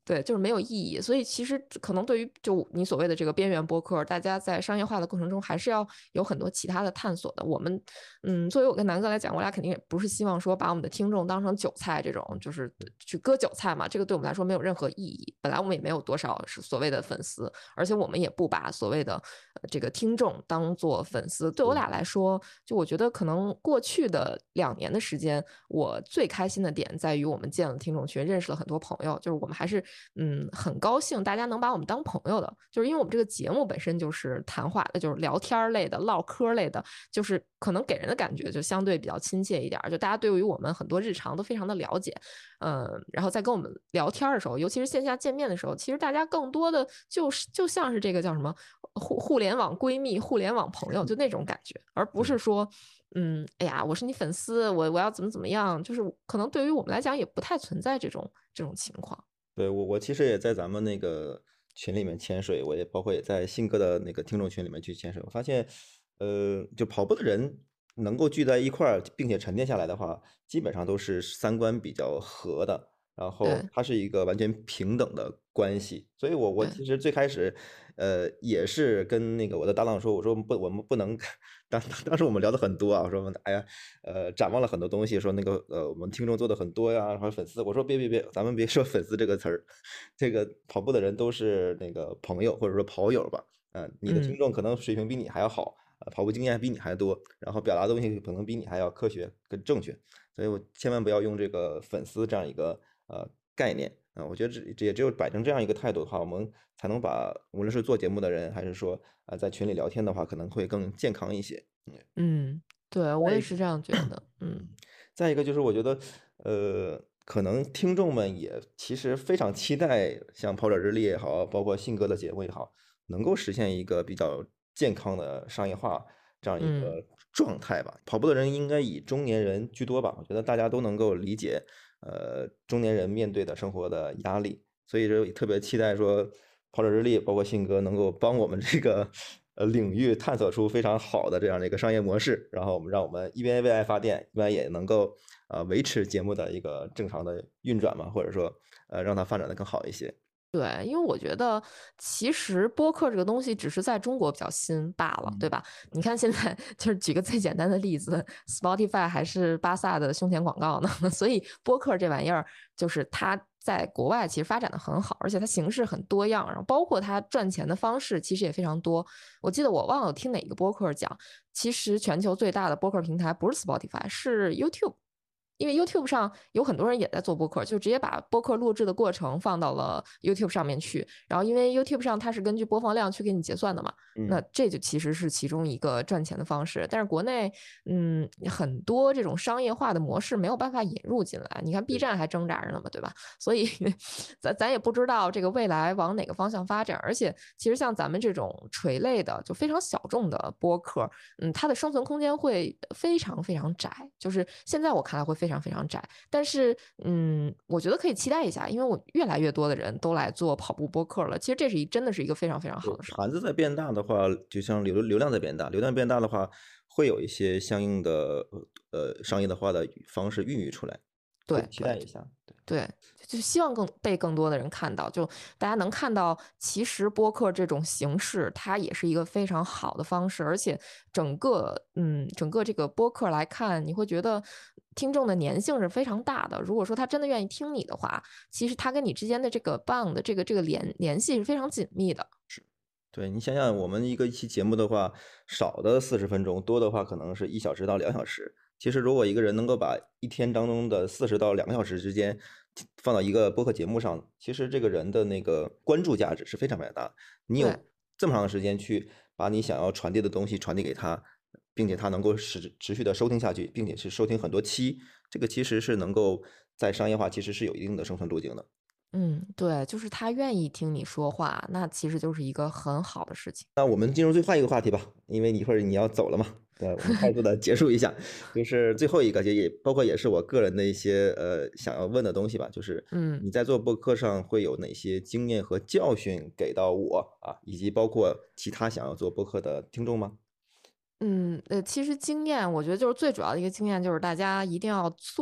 对，就是没有意义。所以其实可能对于就你所谓的这个边缘播客，大家在商业化的过程中还是要有很多其他的探索的。我们，作为我跟南哥来讲，我俩肯定也不是希望说把我们的听众当成韭菜这种，就是去割韭菜嘛。这个对我们来说没有任何意义。本来我们也没有多少是所谓的粉丝，而且我们也不把所谓的这个听众当做粉丝。对我俩来说，就我觉得可能过去的2年的时间，我最开心的点在于我们建了听众群，认识了很多朋友，就是我们还是很高兴大家能把我们当朋友的，就是因为我们这个节目本身就是谈话的，就是聊天类的、唠嗑类的，就是可能给人的感觉就相对比较亲切一点，就大家对于我们很多日常都非常的了解，然后在跟我们聊天的时候，尤其是线下见面的时候，其实大家更多的就像是这个叫什么互联网闺蜜、互联网朋友就那种感觉，而不是说哎呀，我是你粉丝，我要怎么样，就是可能对于我们来讲也不太存在这种情况。 对，我其实也在咱们那个群里面潜水，我也包括也在信哥的那个听众群里面去潜水。我发现，就跑步的人能够聚在一块儿，并且沉淀下来的话，基本上都是三观比较合的，然后对它是一个完全平等的关系。所以我对， 其实最开始，也是跟那个我的搭档说，我说不，我们不能当时我们聊的很多啊，我说哎呀，展望了很多东西，说那个我们听众做的很多呀，然后粉丝，我说别，咱们别说粉丝这个词儿，这个跑步的人都是那个朋友或者说跑友吧，你的听嗯。 众可能水平比你还要好，跑步经验比你还多，然后表达的东西可能比你还要科学跟正确，所以我千万不要用这个粉丝这样一个概念我觉得这也只有摆成这样一个态度的话，我们才能把无论是做节目的人，还是说在群里聊天的话，可能会更健康一些。 嗯，对，我再一个， 也是这样觉得。 再一个就是我觉得，可能听众们也其实非常期待像跑者日历也好，包括信哥的节目也好，能够实现一个比较健康的商业化这样一嗯个状态吧。跑步的人应该以中年人居多吧，我觉得大家都能够理解，中年人面对的生活的压力，所以说也特别期待说跑者日历，包括信哥能够帮我们这个领域探索出非常好的这样的一个商业模式，然后让我们一边为爱发电，一边也能够维持节目的一个正常的运转嘛，或者说让它发展的更好一些。 对，因为我觉得其实播客这个东西只是在中国比较新罢了，对吧？你看现在就是举个最简单的例子，Spotify 还是巴萨的胸前广告呢，所以播客这玩意儿就是它在国外其实发展的很好，而且它形式很多样，然后包括它赚钱的方式其实也非常多。我记得我忘了听哪个播客讲，其实全球最大的播客平台不是 Spotify，是 YouTube。因为 YouTube 上有很多人也在做播客，就直接把播客录制的过程放到了 YouTube 上面去。然后因为 YouTube 上它是根据播放量去给你结算的嘛，那嗯， 这就其实是其中一个赚钱的方式。但是国内，很多这种商业化的模式没有办法引入进来。你看 B 对， 站还挣扎着呢嘛，对吧？所以咱也不知道这个未来往哪个方向发展。而且其实像咱们这种垂类的就非常小众的播客，它的生存空间会非常非常窄，就是现在我看来会非常非常窄。但是，我觉得可以期待一下，因为我越来越多的人都来做跑步播客了。其实这是真的是一个非常非常好对， 的事儿。 盘子在变大的话，就像流量在变大，流量变大的话，会有一些相应的商业的化的方式孕育出来，可以对对期待一下。对。 对，就希望被更多的人看到，就大家能看到，其实播客这种形式，它也是一个非常好的方式，而且整个这个播客来看，你会觉得听众的粘性是非常大的。如果说他真的愿意听你的话，其实他跟你之间的这个 bond 这个联系是非常紧密的。 对，你想想，我们一期节目的话，少的40分钟，多的话可能是1小时到2小时。其实，如果一个人能够把一天当中的40到2个小时之间放到一个播客节目上，其实这个人的那个关注价值是非常非常大的。你对， 有这么长的时间去把你想要传递的东西传递给他，并且他能够持续的收听下去，并且是收听很多期，这个其实是能够在商业化其实是有一定的生存路径的。 对，就是他愿意听你说话，那其实就是一个很好的事情。 那我们进入最后一个话题吧，因为一会儿你要走了嘛。对，我们快速的结束一下，就是最后一个，也包括也是我个人的一些想要问的东西吧，就是嗯。 你在做播客上会有哪些经验和教训给到我啊，以及包括其他想要做播客的听众吗？ 其实经验，我觉得就是最主要的一个经验，就是大家一定要做。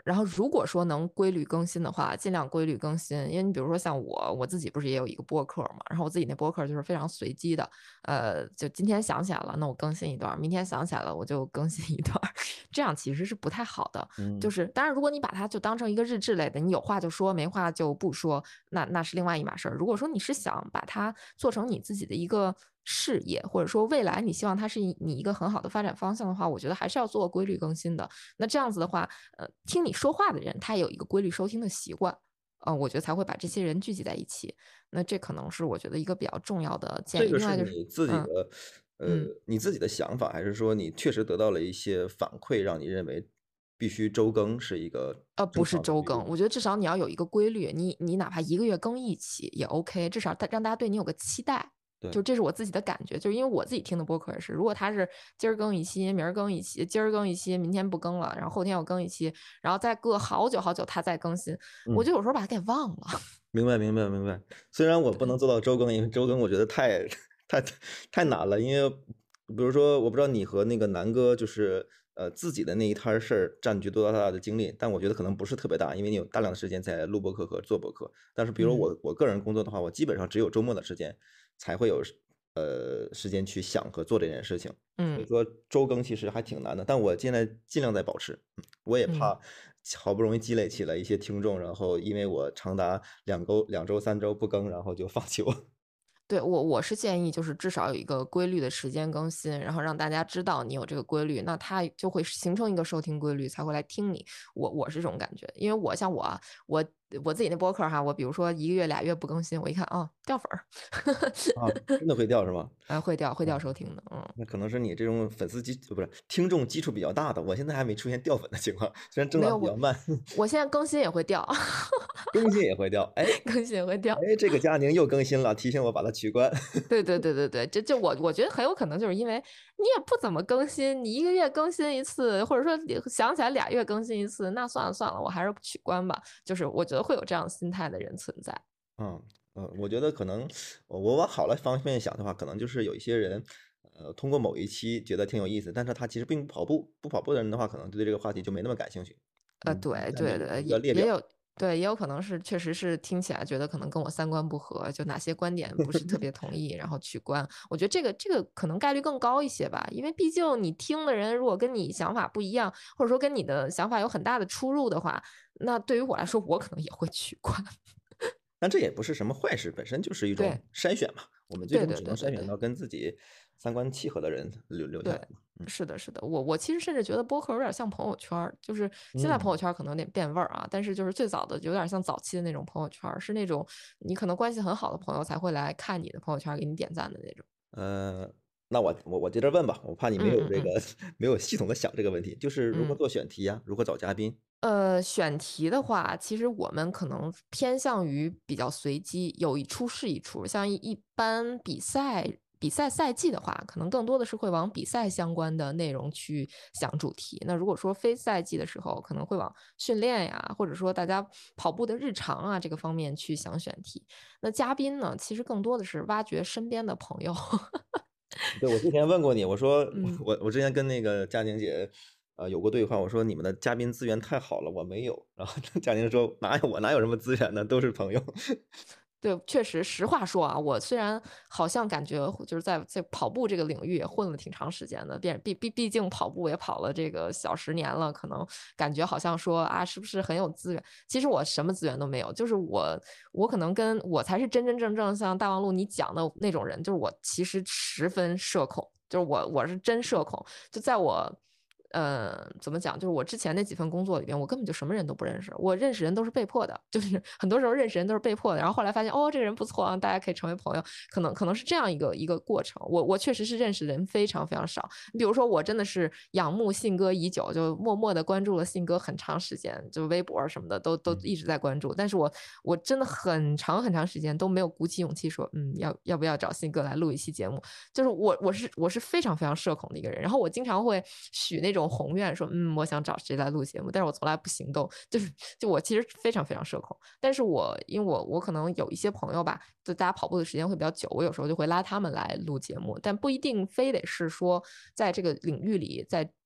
然后如果说能规律更新的话，尽量规律更新。因为你比如说像我自己不是也有一个播客嘛，然后我自己那播客就是非常随机的，就今天想起来了，那我更新一段，明天想起来了我就更新一段，这样其实是不太好的。就是当然，如果你把它就当成一个日志类的，你有话就说，没话就不说，那是另外一码事儿。如果说你是想把它做成你自己的一个事业，或者说未来你希望它是你一个很好的发展方向的话，我觉得还是要做规律更新的。那这样子的话，听你说话的人他也有一个规律收听的习惯，我觉得才会把这些人聚集在一起。那这可能是我觉得一个比较重要的建议。 这个另外就是， 是你自己的，你自己的想法，还是说你确实得到了一些反馈，让你认为必须周更是一个正不是周更， 常的规律？ 我觉得至少你要有一个规律，你哪怕一个月更一期也 OK，至少让大家对你有个期待。就对， 这是我自己的感觉，就是因为我自己听的播客也是，如果他是今儿更一期，明儿更一期，今儿更一期，明天不更了，然后后天又更一期，然后再隔好久好久他再更新，我嗯。 就有时候把它给忘了。 明白，明白，明白。虽然我不能做到周更，因为周更我觉得太太难了。因为比如说，我不知道你和那个南哥就是自己的那一摊事儿占据多大的精力，但我觉得可能不是特别大，因为你有大量的时间在录播课和做播课。但是比如我个人工作的话，我基本上只有周末的时间才会有时间去想和做这件事情。所以说周更其实还挺难的，但我现在尽量在保持。我也怕好不容易积累起来一些听众，然后因为我长达2周、3周不更，然后就放弃我。 对，我是建议就是至少有一个规律的时间更新，然后让大家知道你有这个规律，那他就会形成一个收听规律，才会来听你。我是这种感觉，因为像我自己那播客哈，我比如说1个月2月不更新，我一看掉粉儿。 啊，真的会掉是吗？ 会掉收听的。 那可能是你这种粉丝基不是听众基础比较大的，我现在还没出现掉粉的情况，虽然增没有长比较慢， 我现在更新也会掉。 更新也会掉。哎更新也会掉。 哎，这个佳宁又更新了，提醒我把它取关。 对对对对对，我觉得很有可能就是因为你也不怎么更新，你1个月更新一次，或者说你想起来2月更新一次，那算了算了，我还是取关吧。就是我觉得会有这样心态的人存在。 我觉得可能我往好了方面想的话，可能就是有一些人，通过某一期觉得挺有意思，但是他其实并不跑步，不跑步的人的话，可能对这个话题就没那么感兴趣。 对那就是对对， 一个列表。 对，也有可能是确实是听起来觉得可能跟我三观不合，就哪些观点不是特别同意，然后取关。我觉得这个可能概率更高一些吧，因为毕竟你听的人如果跟你想法不一样，或者说跟你的想法有很大的出入的话，那对于我来说，我可能也会取关。 但这也不是什么坏事，本身就是一种对筛选嘛。我们最对终只能对对对对筛选到跟自己三观契合的人留下对， 来嘛。 是的，是的，我其实甚至觉得播客有点像朋友圈儿，就是现在朋友圈可能有点变味儿啊，但是就是最早的有点像早期的那种朋友圈儿，是那种你可能关系很好的朋友才会来看你的朋友圈儿，给你点赞的那种。 呃，那我接着问吧，我怕你没有这个嗯嗯嗯没有系统的想这个问题，就是如何嗯。 做选题呀，如何找嘉宾？ 选题的话，其实我们可能偏向于比较随机，有一出是一出。像一般比赛赛季的话，可能更多的是会往比赛相关的内容去想主题。那如果说非赛季的时候，可能会往训练呀，或者说大家跑步的日常啊这个方面去想选题。那嘉宾呢，其实更多的是挖掘身边的朋友。 对，我之前问过你，我说嗯。 我之前跟那个佳宁姐，有过对话，我说你们的嘉宾资源太好了，我没有。然后佳宁说哪有什么资源呢，都是朋友。 对，确实，实话说啊，我虽然好像感觉就是在跑步这个领域也混了挺长时间的，毕竟跑步也跑了这个小10年了，可能感觉好像说啊，是不是很有资源？其实我什么资源都没有，就是我可能跟我才是真真正正像大望路你讲的那种人，就是我其实十分社恐，就是我是真社恐，就在我。怎么讲？就是我之前那几份工作里边，我根本就什么人都不认识，我认识人都是被迫的，就是很多时候认识人都是被迫的。然后后来发现，这个人不错啊，大家可以成为朋友，可能是这样一个过程。我确实是认识人非常非常少。你比如说，我真的是仰慕信哥已久，就默默的关注了信哥很长时间，就微博什么的都一直在关注。但是我真的很长很长时间都没有鼓起勇气说，要不要找信哥来录一期节目？就是我是非常非常社恐的一个人，然后我经常会许那种宏愿，说我想找谁来录节目，但是我从来不行动，就我其实非常非常社恐，但是因为我可能有一些朋友吧，就大家跑步的时间会比较久，我有时候就会拉他们来录节目，但不一定非得是说在这个领域里在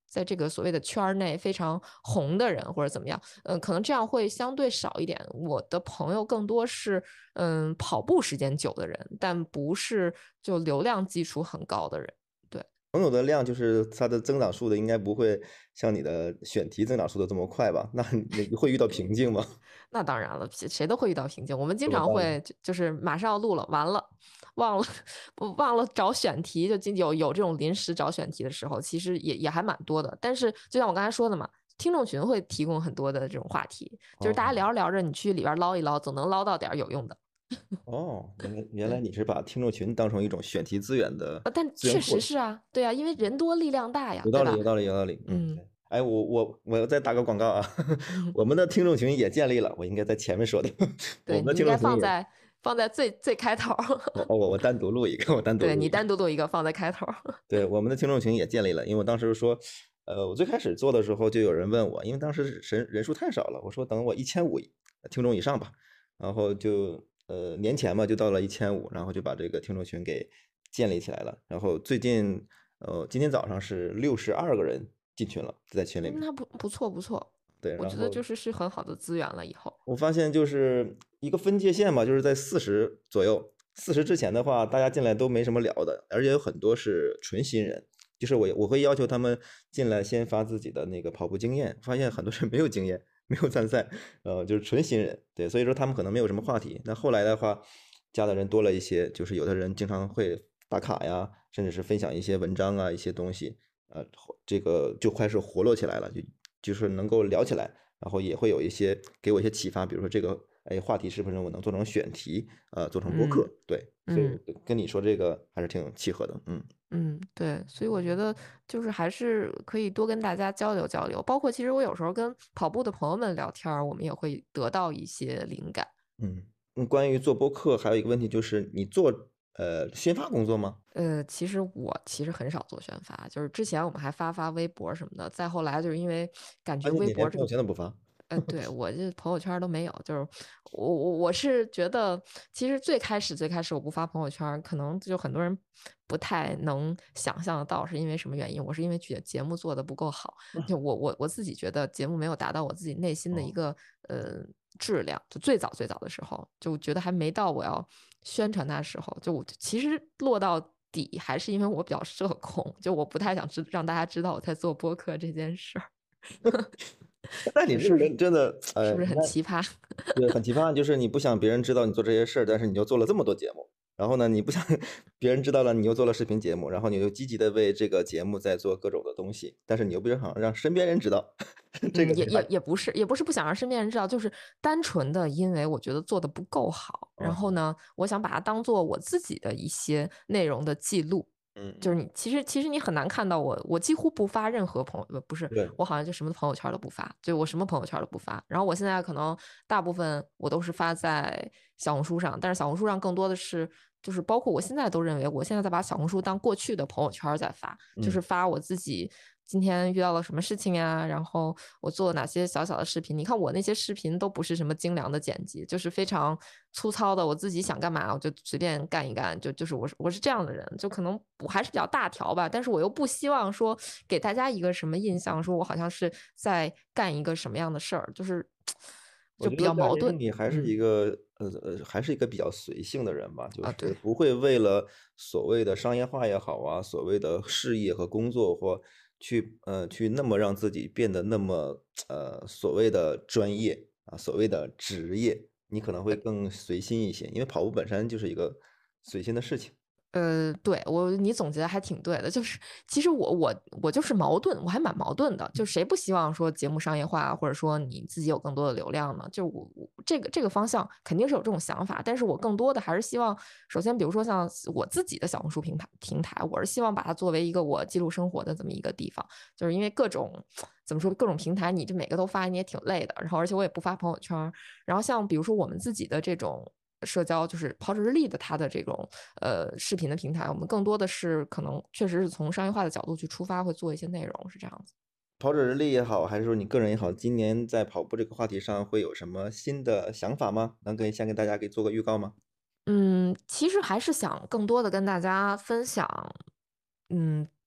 在这个所谓的圈儿内非常红的人或者怎么样，可能这样会相对少一点。我的朋友更多是跑步时间久的人，但不是就流量基础很高的人。对， 朋友的量就是它的增长速度应该不会像你的选题增长速度这么快吧？那你会遇到瓶颈吗？ 那当然了，谁都会遇到瓶颈。我们经怎么办呢？ 常会就是马上要录了，完了忘了忘了找选题，就有这种临时找选题的时候，其实也还蛮多的。但是就像我刚才说的嘛，听众群会提供很多的这种话题，就是大家哦聊着聊着，你去里边捞一捞，总能捞到点有用的。 哦，原来对， 你是把听众群当成一种选题资源的但确资源库了。 实是啊，对啊，因为人多力量大呀， 有道理， 对吧？ 有道理，有道理。嗯， 嗯对。哎，我再打个广告啊， 嗯， 我们的听众群也建立了，我应该在前面说的，我对， 们的你应该听众群也， 放在最开头。 我单独录一个，我单独对你录一个。 单独录一个放在开头。 对，我们的听众群也建立了，因为我当时说，我最开始做的时候就有人问我，因为当时人数太少了，我说等我1500听众以上吧，然后就年前嘛就到了1500，然后就把这个听众群给建立起来了，然后最近今天早上是62个人进群了，在群里面。 那不错不错， 对， 我觉得然后是很好的资源了。以后， 我发现就是一个分界线嘛，就是在40左右。40之前的话，大家进来都没什么聊的，而且有很多是纯新人。就是我会要求他们进来先发自己的那个跑步经验，发现很多人没有经验，没有参赛，就是纯新人。对，所以说他们可能没有什么话题。那后来的话，加的人多了一些，就是有的人经常会打卡呀，甚至是分享一些文章啊，一些东西，这个就开始活络起来了，就是能够聊起来。然后也会有一些给我一些启发，比如说这个话题是不是我能做成选题，做成播嗯客，对，所以嗯跟你说这个还是挺契合的，嗯嗯，对，所以我觉得就是还是可以多跟大家交流交流，包括其实我有时候跟跑步的朋友们聊天儿，我们也会得到一些灵感。 关于做播客还有一个问题就是你做宣发工作吗？ 其实我很少做宣发，就是之前我们还发微博什么的，再后来就是因为感觉发现你连朋友微博这个圈都不发。 对，我这朋友圈都没有，就是我是觉得，其实最开始我不发朋友圈，可能就很多人不太能想象得到是因为什么原因。我是因为觉得节目做的不够好，就我自己觉得节目没有达到我自己内心的一哦， 个质量。就最早的时候，就觉得还没到我要宣传它的时候，就我其实落到底还是因为我比较社恐，就我不太想让大家知道我在做播客这件事儿。 那你这个是不是人真的， 是不是你看， 很奇葩？ 对，很奇葩，就是你不想别人知道你做这些事儿，但是你又做了这么多节目，然后呢，你不想别人知道了，你又做了视频节目，然后你又积极的为这个节目在做各种的东西，但是你又不想让身边人知道，这个嗯， 很大。 也不是不想让身边人知道，就是单纯的因为我觉得做的不够好，然后哦， 呢，我想把它当做我自己的一些内容的记录。就是嗯， 你其实你很难看到我几乎不发任何朋友，不是对， 我好像就什么朋友圈都不发，就我什么朋友圈都不发。然后我现在可能大部分我都是发在小红书上，但是小红书上更多的是就是包括我现在都认为我现在在把小红书当过去的朋友圈在发，就是嗯。 发我自己今天遇到了什么事情呀，然后我做了哪些小小的视频。你看我那些视频都不是什么精良的剪辑，就是非常粗糙的，我自己想干嘛我就随便干一干，就是我是这样的人，就可能我还是比较大条吧，但是我又不希望说给大家一个什么印象，说我好像是在干一个什么样的事儿，就是就比我觉得较矛盾。 佳宁你还是嗯一个还是一个比较随性的人吧，就啊，对。 是不会为了所谓的商业化也好啊，所谓的事业和工作或去那么让自己变得那么所谓的专业啊，所谓的职业，你可能会更随心一些，因为跑步本身就是一个随心的事情。 对你总结的还挺对的，就是其实我就是矛盾，我还蛮矛盾的，就谁不希望说节目商业化，或者说你自己有更多的流量呢？就我这个方向肯定是有这种想法，但是我更多的还是希望，首先比如说像我自己的小红书平台，我是希望把它作为一个我记录生活的这么一个地方，就是因为各种怎么说各种平台，你这每个都发你也挺累的，然后而且我也不发朋友圈，然后像比如说我们自己的这种。社交就是跑者日历的它的这种视频的平台，我们更多的是可能确实是从商业化的角度去出发，会做一些内容，是这样子。 跑者日历也好，还是说你个人也好，今年在跑步这个话题上会有什么新的想法吗？先跟大家给做个预告吗？ 其实还是想更多的跟大家分享，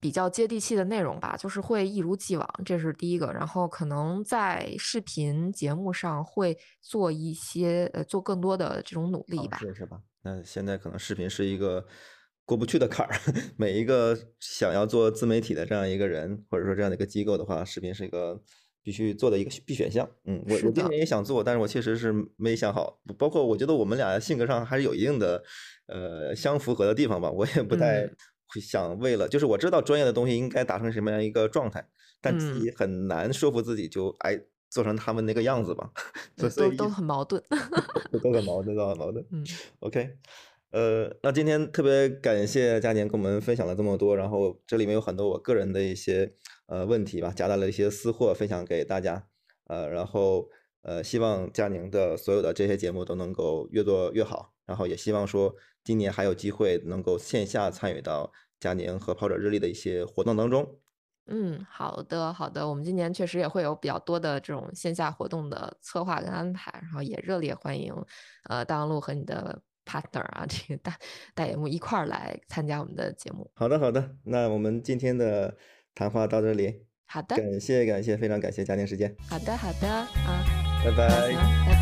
比较接地气的内容吧，就是会一如既往，这是第一个。然后可能在视频节目上会做一些做更多的这种努力吧。 是吧？那现在可能视频是一个过不去的坎儿，每一个想要做自媒体的这样一个人，或者说这样的一个机构的话，视频是一个必须做的一个必选项。我今是的， 年也想做，但是我确实是没想好。包括我觉得我们俩性格上还是有一定的相符合的地方吧。我也不太嗯会想为了，就是我知道专业的东西应该达成什么样一个状态，但自己嗯， 很难说服自己就做成他们那个样子吧。所以都很矛盾。 都很矛盾，都很矛盾。 嗯 OK，那今天特别感谢佳年跟我们分享了这么多，然后这里面有很多我个人的一些问题吧，夹带了一些私货分享给大家，然后希望佳宁的所有的这些节目都能够越做越好，然后也希望说今年还有机会能够线下参与到佳宁和跑者日历的一些活动当中。 嗯，好的好的，我们今年确实也会有比较多的这种线下活动的策划跟安排，然后也热烈欢迎大望路和你的 partner 啊，这个大野木一块儿来参加我们的节目。 好的，好的，那我们今天的谈话到这里， 好的感谢，非常感谢佳宁时间， 好的好的啊， 拜那行， 拜。